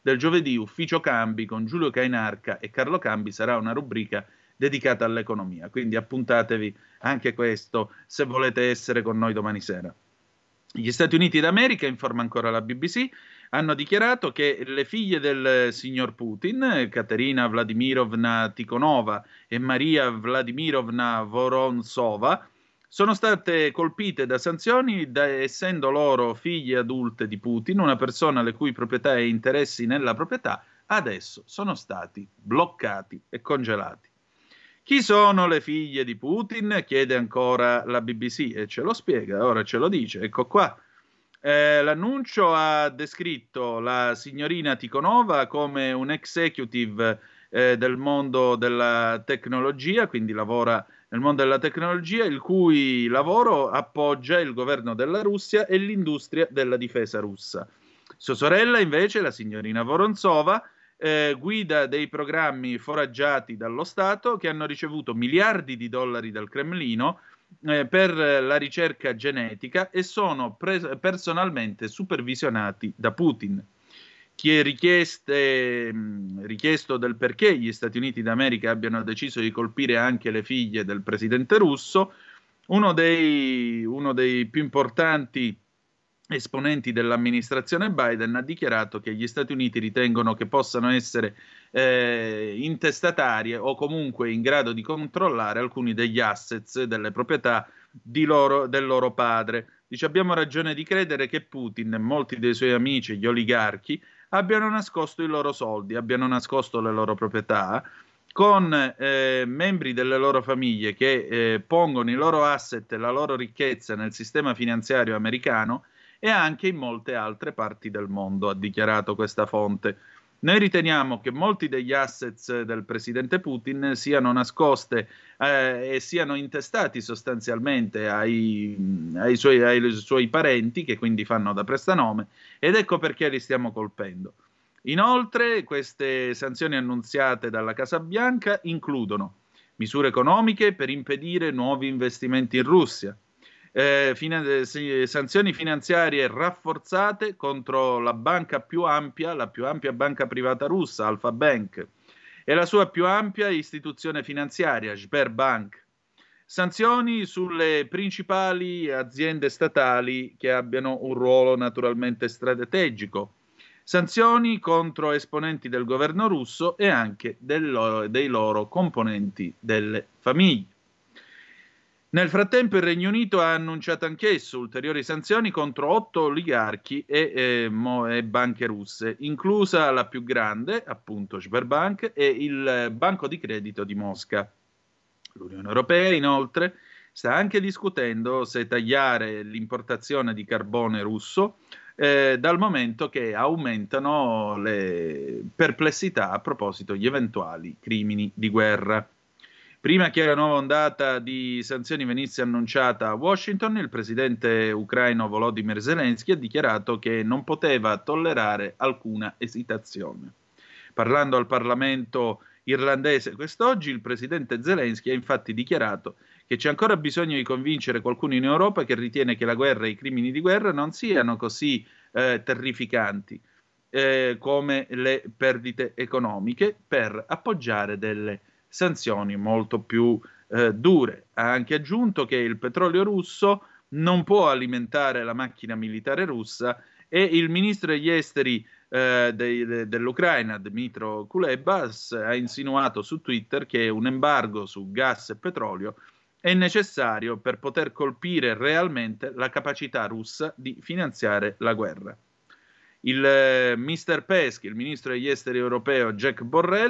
del giovedì Ufficio Cambi con Giulio Cainarca e Carlo Cambi sarà una rubrica dedicata all'economia, quindi appuntatevi anche questo se volete essere con noi domani sera. Gli Stati Uniti d'America, informa ancora la BBC, hanno dichiarato che le figlie del signor Putin, Katerina Vladimirovna Tikhonova e Maria Vladimirovna Vorontsova, sono state colpite da sanzioni essendo loro figlie adulte di Putin, una persona le cui proprietà e interessi nella proprietà adesso sono stati bloccati e congelati. Chi sono le figlie di Putin? Chiede ancora la BBC e ce lo spiega, ora ce lo dice, ecco qua. L'annuncio ha descritto la signorina Tikhonova come un executive del mondo della tecnologia, quindi lavora nel mondo della tecnologia, il cui lavoro appoggia il governo della Russia e l'industria della difesa russa. Sua sorella, invece, la signorina Vorontsova, guida dei programmi foraggiati dallo Stato che hanno ricevuto miliardi di dollari dal Cremlino per la ricerca genetica e sono personalmente supervisionati da Putin. Chi è richiesto del perché gli Stati Uniti d'America abbiano deciso di colpire anche le figlie del presidente russo, uno dei più importanti esponenti dell'amministrazione Biden ha dichiarato che gli Stati Uniti ritengono che possano essere intestatarie o comunque in grado di controllare alcuni degli assets delle proprietà del loro padre. Dice: abbiamo ragione di credere che Putin e molti dei suoi amici, gli oligarchi, abbiano nascosto i loro soldi, abbiano nascosto le loro proprietà con membri delle loro famiglie che pongono i loro asset e la loro ricchezza nel sistema finanziario americano e anche in molte altre parti del mondo, ha dichiarato questa fonte. Noi riteniamo che molti degli assets del presidente Putin siano nascoste e siano intestati sostanzialmente ai suoi parenti, che quindi fanno da prestanome, ed ecco perché li stiamo colpendo. Inoltre, queste sanzioni annunziate dalla Casa Bianca includono misure economiche per impedire nuovi investimenti in Russia, sanzioni finanziarie rafforzate contro la banca più ampia, la più ampia banca privata russa, Alfa Bank, e la sua più ampia istituzione finanziaria, Sberbank. Sanzioni sulle principali aziende statali che abbiano un ruolo naturalmente strategico. Sanzioni contro esponenti del governo russo e anche dei loro componenti delle famiglie. Nel frattempo il Regno Unito ha annunciato anch'esso ulteriori sanzioni contro 8 oligarchi e banche russe, inclusa la più grande, appunto Sberbank, e il Banco di Credito di Mosca. L'Unione Europea, inoltre, sta anche discutendo se tagliare l'importazione di carbone russo dal momento che aumentano le perplessità a proposito di eventuali crimini di guerra. Prima che la nuova ondata di sanzioni venisse annunciata a Washington, il presidente ucraino Volodymyr Zelensky ha dichiarato che non poteva tollerare alcuna esitazione. Parlando al Parlamento irlandese quest'oggi, il presidente Zelensky ha infatti dichiarato che c'è ancora bisogno di convincere qualcuno in Europa che ritiene che la guerra e i crimini di guerra non siano così terrificanti come le perdite economiche, per appoggiare delle sanzioni molto più dure. Ha anche aggiunto che il petrolio russo non può alimentare la macchina militare russa e il ministro degli esteri dell'Ucraina, Dmytro Kuleba, ha insinuato su Twitter che un embargo su gas e petrolio è necessario per poter colpire realmente la capacità russa di finanziare la guerra. Il Mr. Pesky, il ministro degli esteri europeo Joseph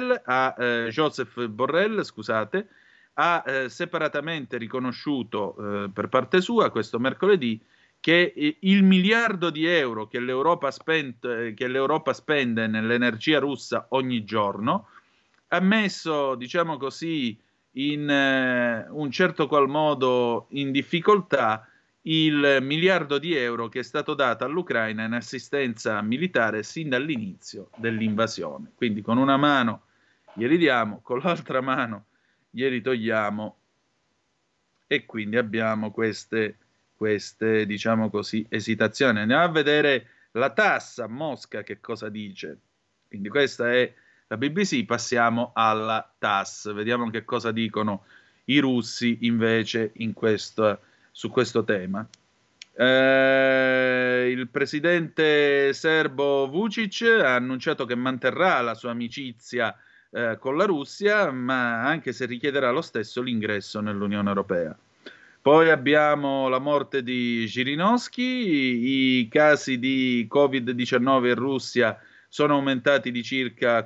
Borrell, ha separatamente riconosciuto per parte sua questo mercoledì che il miliardo di euro che l'Europa spende nell'energia russa ogni giorno ha messo, diciamo così, in un certo qual modo in difficoltà il miliardo di euro che è stato dato all'Ucraina in assistenza militare sin dall'inizio dell'invasione. Quindi con una mano glieli diamo, con l'altra mano glieli togliamo, e quindi abbiamo queste diciamo così esitazioni. Andiamo a vedere la tassa a Mosca che cosa dice. Quindi questa è la BBC, passiamo alla TASS, vediamo che cosa dicono i russi invece su questo tema. Il presidente serbo Vučić ha annunciato che manterrà la sua amicizia con la Russia, ma anche se richiederà lo stesso l'ingresso nell'Unione Europea. Poi abbiamo la morte di Zhirinovsky, i casi di Covid-19 in Russia sono aumentati di circa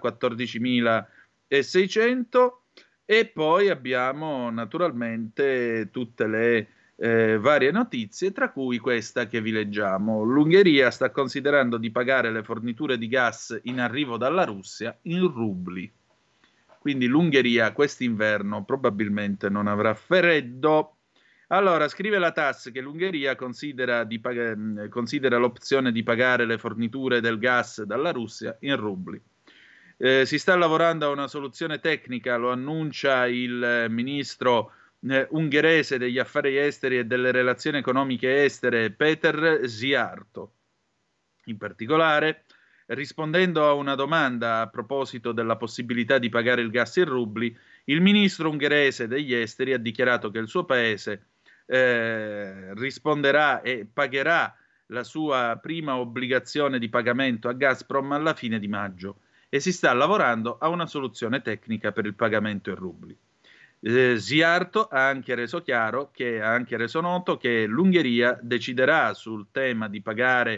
14.600 e poi abbiamo naturalmente tutte le varie notizie, tra cui questa che vi leggiamo. L'Ungheria sta considerando di pagare le forniture di gas in arrivo dalla Russia in rubli. Quindi l'Ungheria quest'inverno probabilmente non avrà freddo. Allora, scrive la TASS che l'Ungheria considera l'opzione di pagare le forniture del gas dalla Russia in rubli. Si sta lavorando a una soluzione tecnica, lo annuncia il ministro ungherese degli affari esteri e delle relazioni economiche estere Péter Szijjártó. In particolare, rispondendo a una domanda a proposito della possibilità di pagare il gas in rubli, il ministro ungherese degli esteri ha dichiarato che il suo paese risponderà e pagherà la sua prima obbligazione di pagamento a Gazprom alla fine di maggio e si sta lavorando a una soluzione tecnica per il pagamento in rubli. Szijjártó ha anche reso noto che l'Ungheria deciderà sul tema di pagare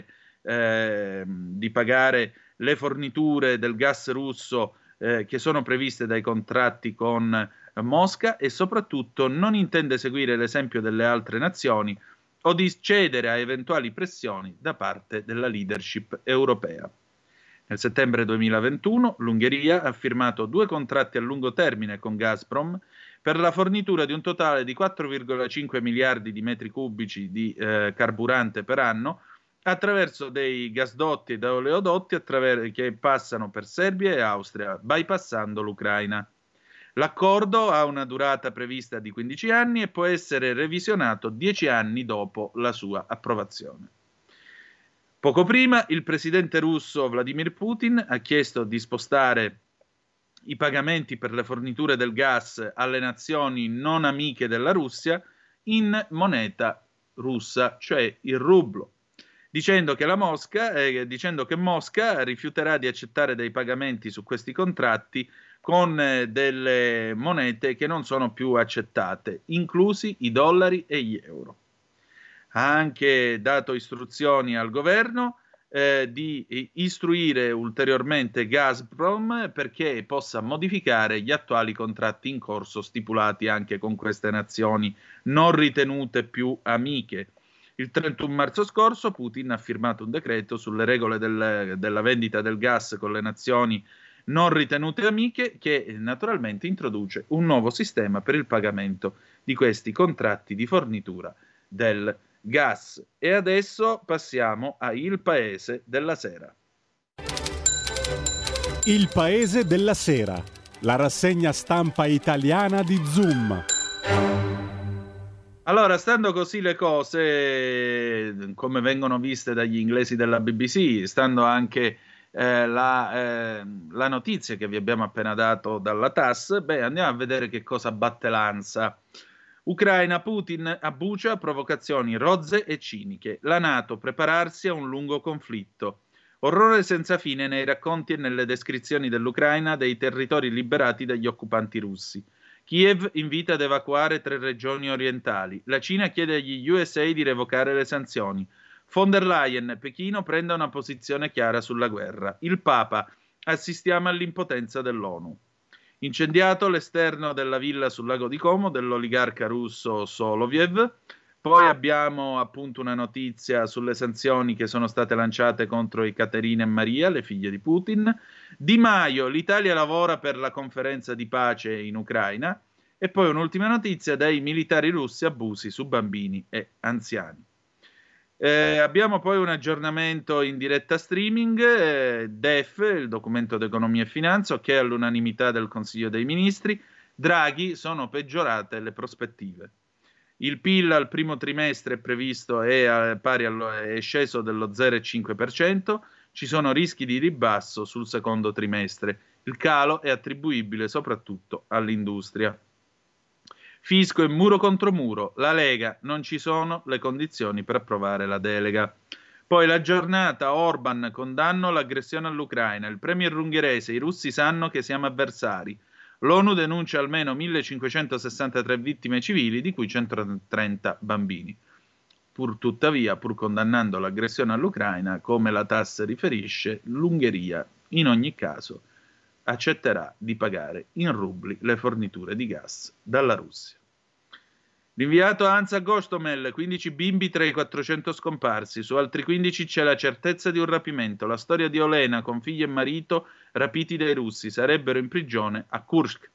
le forniture del gas russo che sono previste dai contratti con Mosca e soprattutto non intende seguire l'esempio delle altre nazioni o di cedere a eventuali pressioni da parte della leadership europea. Nel settembre 2021 l'Ungheria ha firmato 2 contratti a lungo termine con Gazprom per la fornitura di un totale di 4,5 miliardi di metri cubici di carburante per anno attraverso dei gasdotti ed oleodotti che passano per Serbia e Austria, bypassando l'Ucraina. L'accordo ha una durata prevista di 15 anni e può essere revisionato 10 anni dopo la sua approvazione. Poco prima il presidente russo Vladimir Putin ha chiesto di spostare i pagamenti per le forniture del gas alle nazioni non amiche della Russia in moneta russa, cioè il rublo, dicendo che Mosca rifiuterà di accettare dei pagamenti su questi contratti con delle monete che non sono più accettate, inclusi i dollari e gli euro. Ha anche dato istruzioni al governo di istruire ulteriormente Gazprom perché possa modificare gli attuali contratti in corso stipulati anche con queste nazioni non ritenute più amiche. Il 31 marzo scorso Putin ha firmato un decreto sulle regole della vendita del gas con le nazioni non ritenute amiche che naturalmente introduce un nuovo sistema per il pagamento di questi contratti di fornitura del gas. E adesso passiamo a Il Paese della Sera. Il Paese della Sera, la rassegna stampa italiana di Zoom. Allora, stando così le cose, come vengono viste dagli inglesi della BBC, stando anche la notizia che vi abbiamo appena dato dalla TASS, andiamo a vedere che cosa batte l'ansa. Ucraina, Putin a Bucha, provocazioni rozze e ciniche. La NATO prepararsi a un lungo conflitto. Orrore senza fine nei racconti e nelle descrizioni dell'Ucraina dei territori liberati dagli occupanti russi. Kiev invita ad evacuare 3 regioni orientali. La Cina chiede agli USA di revocare le sanzioni. Von der Leyen, Pechino prenda una posizione chiara sulla guerra. Il Papa, assistiamo all'impotenza dell'ONU. Incendiato l'esterno della villa sul lago di Como dell'oligarca russo Soloviev. Poi abbiamo appunto una notizia sulle sanzioni che sono state lanciate contro Ekaterina e Maria, le figlie di Putin. Di Maio, l'Italia lavora per la conferenza di pace in Ucraina. E poi un'ultima notizia dai militari russi abusi su bambini e anziani. Abbiamo poi un aggiornamento in diretta streaming, DEF, il documento d'economia e finanza, che è all'unanimità del Consiglio dei Ministri. Draghi, sono peggiorate le prospettive. Il PIL al primo trimestre è previsto è sceso dello 0,5%, ci sono rischi di ribasso sul secondo trimestre. Il calo è attribuibile soprattutto all'industria. Fisco e muro contro muro, la Lega, non ci sono le condizioni per approvare la delega. Poi la giornata, Orban, condanno l'aggressione all'Ucraina, il premier ungherese, i russi sanno che siamo avversari. L'ONU denuncia almeno 1563 vittime civili, di cui 130 bambini. Pur tuttavia, pur condannando l'aggressione all'Ucraina, come la TASS riferisce, l'Ungheria, in ogni caso, accetterà di pagare in rubli le forniture di gas dalla Russia. L'inviato Hansa Gostomel, 15 bimbi tra i 400 scomparsi, su altri 15 c'è la certezza di un rapimento, la storia di Olena con figli e marito rapiti dai russi, sarebbero in prigione a Kursk.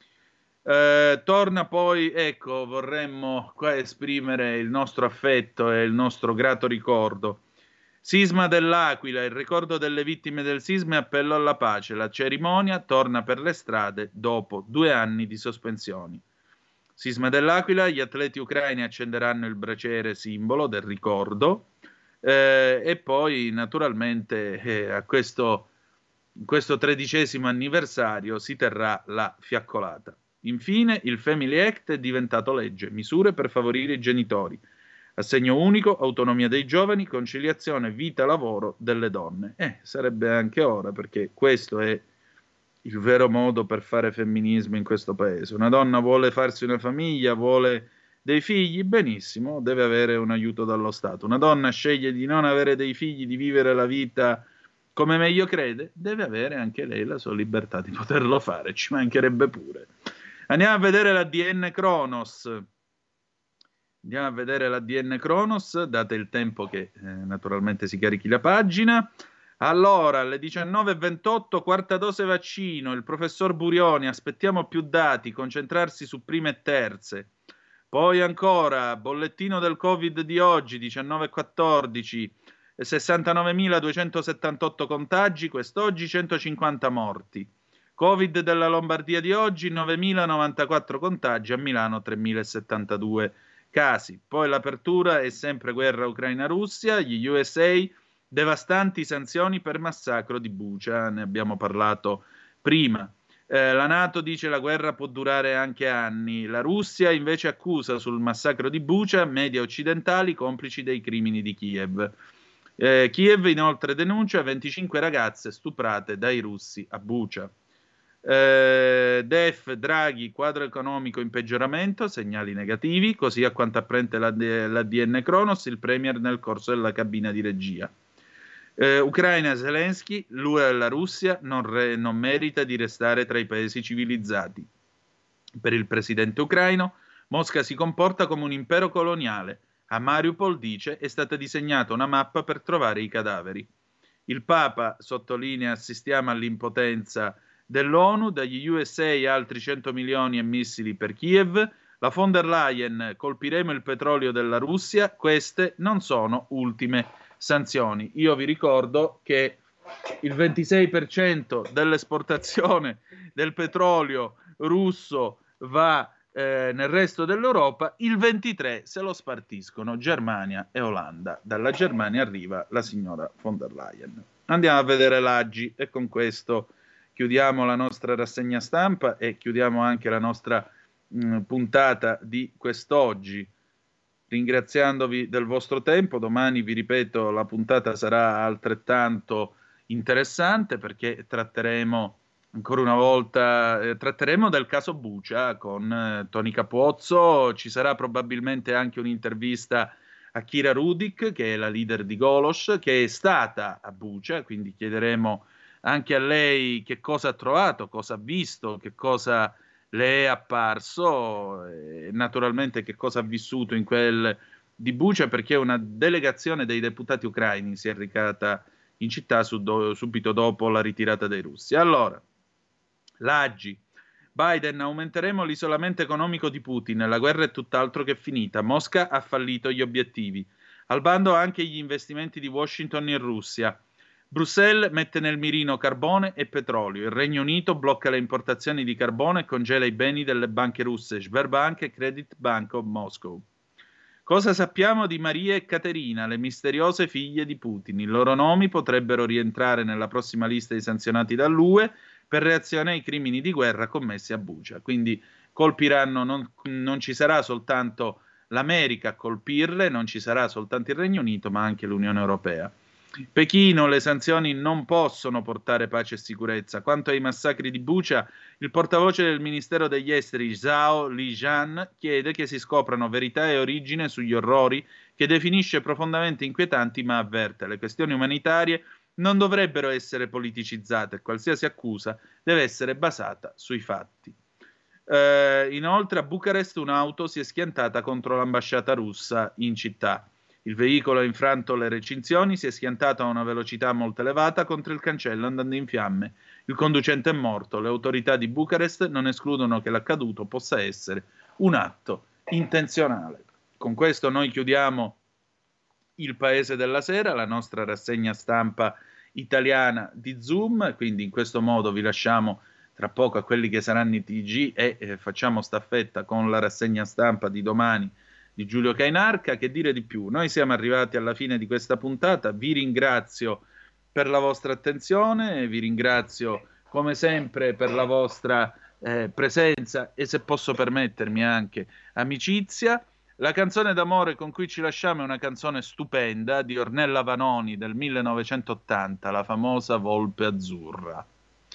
Torna poi, ecco, vorremmo qua esprimere il nostro affetto e il nostro grato ricordo. Sisma dell'Aquila, il ricordo delle vittime del sisma e appello alla pace. La cerimonia torna per le strade dopo 2 anni di sospensioni. Sisma dell'Aquila, gli atleti ucraini accenderanno il braciere simbolo del ricordo e poi naturalmente a questo 13° anniversario si terrà la fiaccolata. Infine il Family Act è diventato legge, misure per favorire i genitori. Assegno unico, autonomia dei giovani, conciliazione vita-lavoro delle donne. Sarebbe anche ora, perché questo è il vero modo per fare femminismo in questo paese. Una donna vuole farsi una famiglia, vuole dei figli, benissimo, deve avere un aiuto dallo Stato. Una donna sceglie di non avere dei figli, di vivere la vita come meglio crede, deve avere anche lei la sua libertà di poterlo fare, ci mancherebbe pure. Andiamo a vedere l'ADN Kronos. Andiamo a vedere l'ADN Kronos, date il tempo che naturalmente si carichi la pagina. Allora, alle 19:28, quarta dose vaccino, il professor Burioni, aspettiamo più dati, concentrarsi su prime e terze. Poi ancora, bollettino del Covid di oggi, 19:14, 69.278 contagi, quest'oggi 150 morti. Covid della Lombardia di oggi, 9.094 contagi, a Milano 3.072 casi. Poi l'apertura è sempre guerra Ucraina-Russia, gli USA, devastanti sanzioni per massacro di Bucha, ne abbiamo parlato prima. La NATO dice la guerra può durare anche anni, la Russia invece accusa sul massacro di Bucha media occidentali complici dei crimini di Kiev. Kiev inoltre denuncia 25 ragazze stuprate dai russi a Bucha. DEF, Draghi, quadro economico in peggioramento, segnali negativi, così a quanto apprende l'ADN Kronos, il premier nel corso della cabina di regia. Ucraina, Zelensky, l'UE e la Russia non merita di restare tra i paesi civilizzati. Per il presidente ucraino, Mosca si comporta come un impero coloniale. A Mariupol, dice, è stata disegnata una mappa per trovare i cadaveri. Il Papa sottolinea: assistiamo all'impotenza dell'ONU, dagli USA altri 100 milioni e missili per Kiev. La von der Leyen: colpiremo il petrolio della Russia, queste non sono ultime sanzioni. Io vi ricordo che il 26% dell'esportazione del petrolio russo va nel resto dell'Europa, il 23% se lo spartiscono Germania e Olanda. Dalla Germania arriva la signora von der Leyen. Andiamo a vedere l'Aggi e con questo chiudiamo la nostra rassegna stampa e chiudiamo anche la nostra puntata di quest'oggi, ringraziandovi del vostro tempo. Domani, vi ripeto, la puntata sarà altrettanto interessante perché tratteremo ancora una volta del caso Bucha con Tony Capozzo. Ci sarà probabilmente anche un'intervista a Kira Rudik, che è la leader di Golos, che è stata a Bucha, quindi chiederemo anche a lei che cosa ha trovato, cosa ha visto, che cosa le è apparso e naturalmente che cosa ha vissuto in quel di Bucha, perché una delegazione dei deputati ucraini si è recata in città subito dopo la ritirata dei russi. Allora, l'Aggi: Biden, aumenteremo l'isolamento economico di Putin, la guerra è tutt'altro che finita, Mosca ha fallito gli obiettivi, al bando anche gli investimenti di Washington in Russia. Bruxelles mette nel mirino carbone e petrolio. Il Regno Unito blocca le importazioni di carbone e congela i beni delle banche russe Sberbank e Credit Bank of Moscow. Cosa sappiamo di Maria e Caterina, le misteriose figlie di Putin? I loro nomi potrebbero rientrare nella prossima lista di sanzionati dall'UE per reazione ai crimini di guerra commessi a Bucha. Quindi colpiranno, non ci sarà soltanto l'America a colpirle, non ci sarà soltanto il Regno Unito, ma anche l'Unione Europea. Pechino, le sanzioni non possono portare pace e sicurezza. Quanto ai massacri di Bucha, il portavoce del Ministero degli Esteri, Zhao Lijian, chiede che si scoprano verità e origine sugli orrori che definisce profondamente inquietanti, ma avverte: le questioni umanitarie non dovrebbero essere politicizzate e qualsiasi accusa deve essere basata sui fatti. Inoltre a Bucarest un'auto si è schiantata contro l'ambasciata russa in città. Il veicolo ha infranto le recinzioni, si è schiantato a una velocità molto elevata contro il cancello andando in fiamme. Il conducente è morto. Le autorità di Bucarest non escludono che l'accaduto possa essere un atto intenzionale. Con questo noi chiudiamo il Paese della Sera, la nostra rassegna stampa italiana di Zoom, quindi in questo modo vi lasciamo tra poco a quelli che saranno i TG e facciamo staffetta con la rassegna stampa di domani di Giulio Cainarca. Che dire di più? Noi siamo arrivati alla fine di questa puntata, vi ringrazio per la vostra attenzione, vi ringrazio come sempre per la vostra presenza e, se posso permettermi, anche amicizia. La canzone d'amore con cui ci lasciamo è una canzone stupenda di Ornella Vanoni del 1980, la famosa Volpe Azzurra.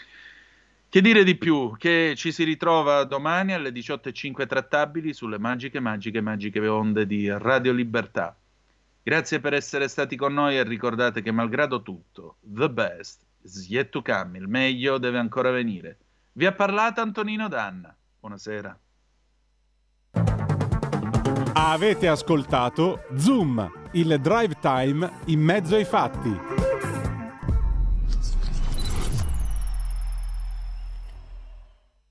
Che dire di più? Che ci si ritrova domani alle 18:05 trattabili sulle magiche onde di Radio Libertà. Grazie per essere stati con noi e ricordate che malgrado tutto, the best is yet to come, il meglio deve ancora venire. Vi ha parlato Antonino Danna. Buonasera. Avete ascoltato Zoom, il drive time in mezzo ai fatti.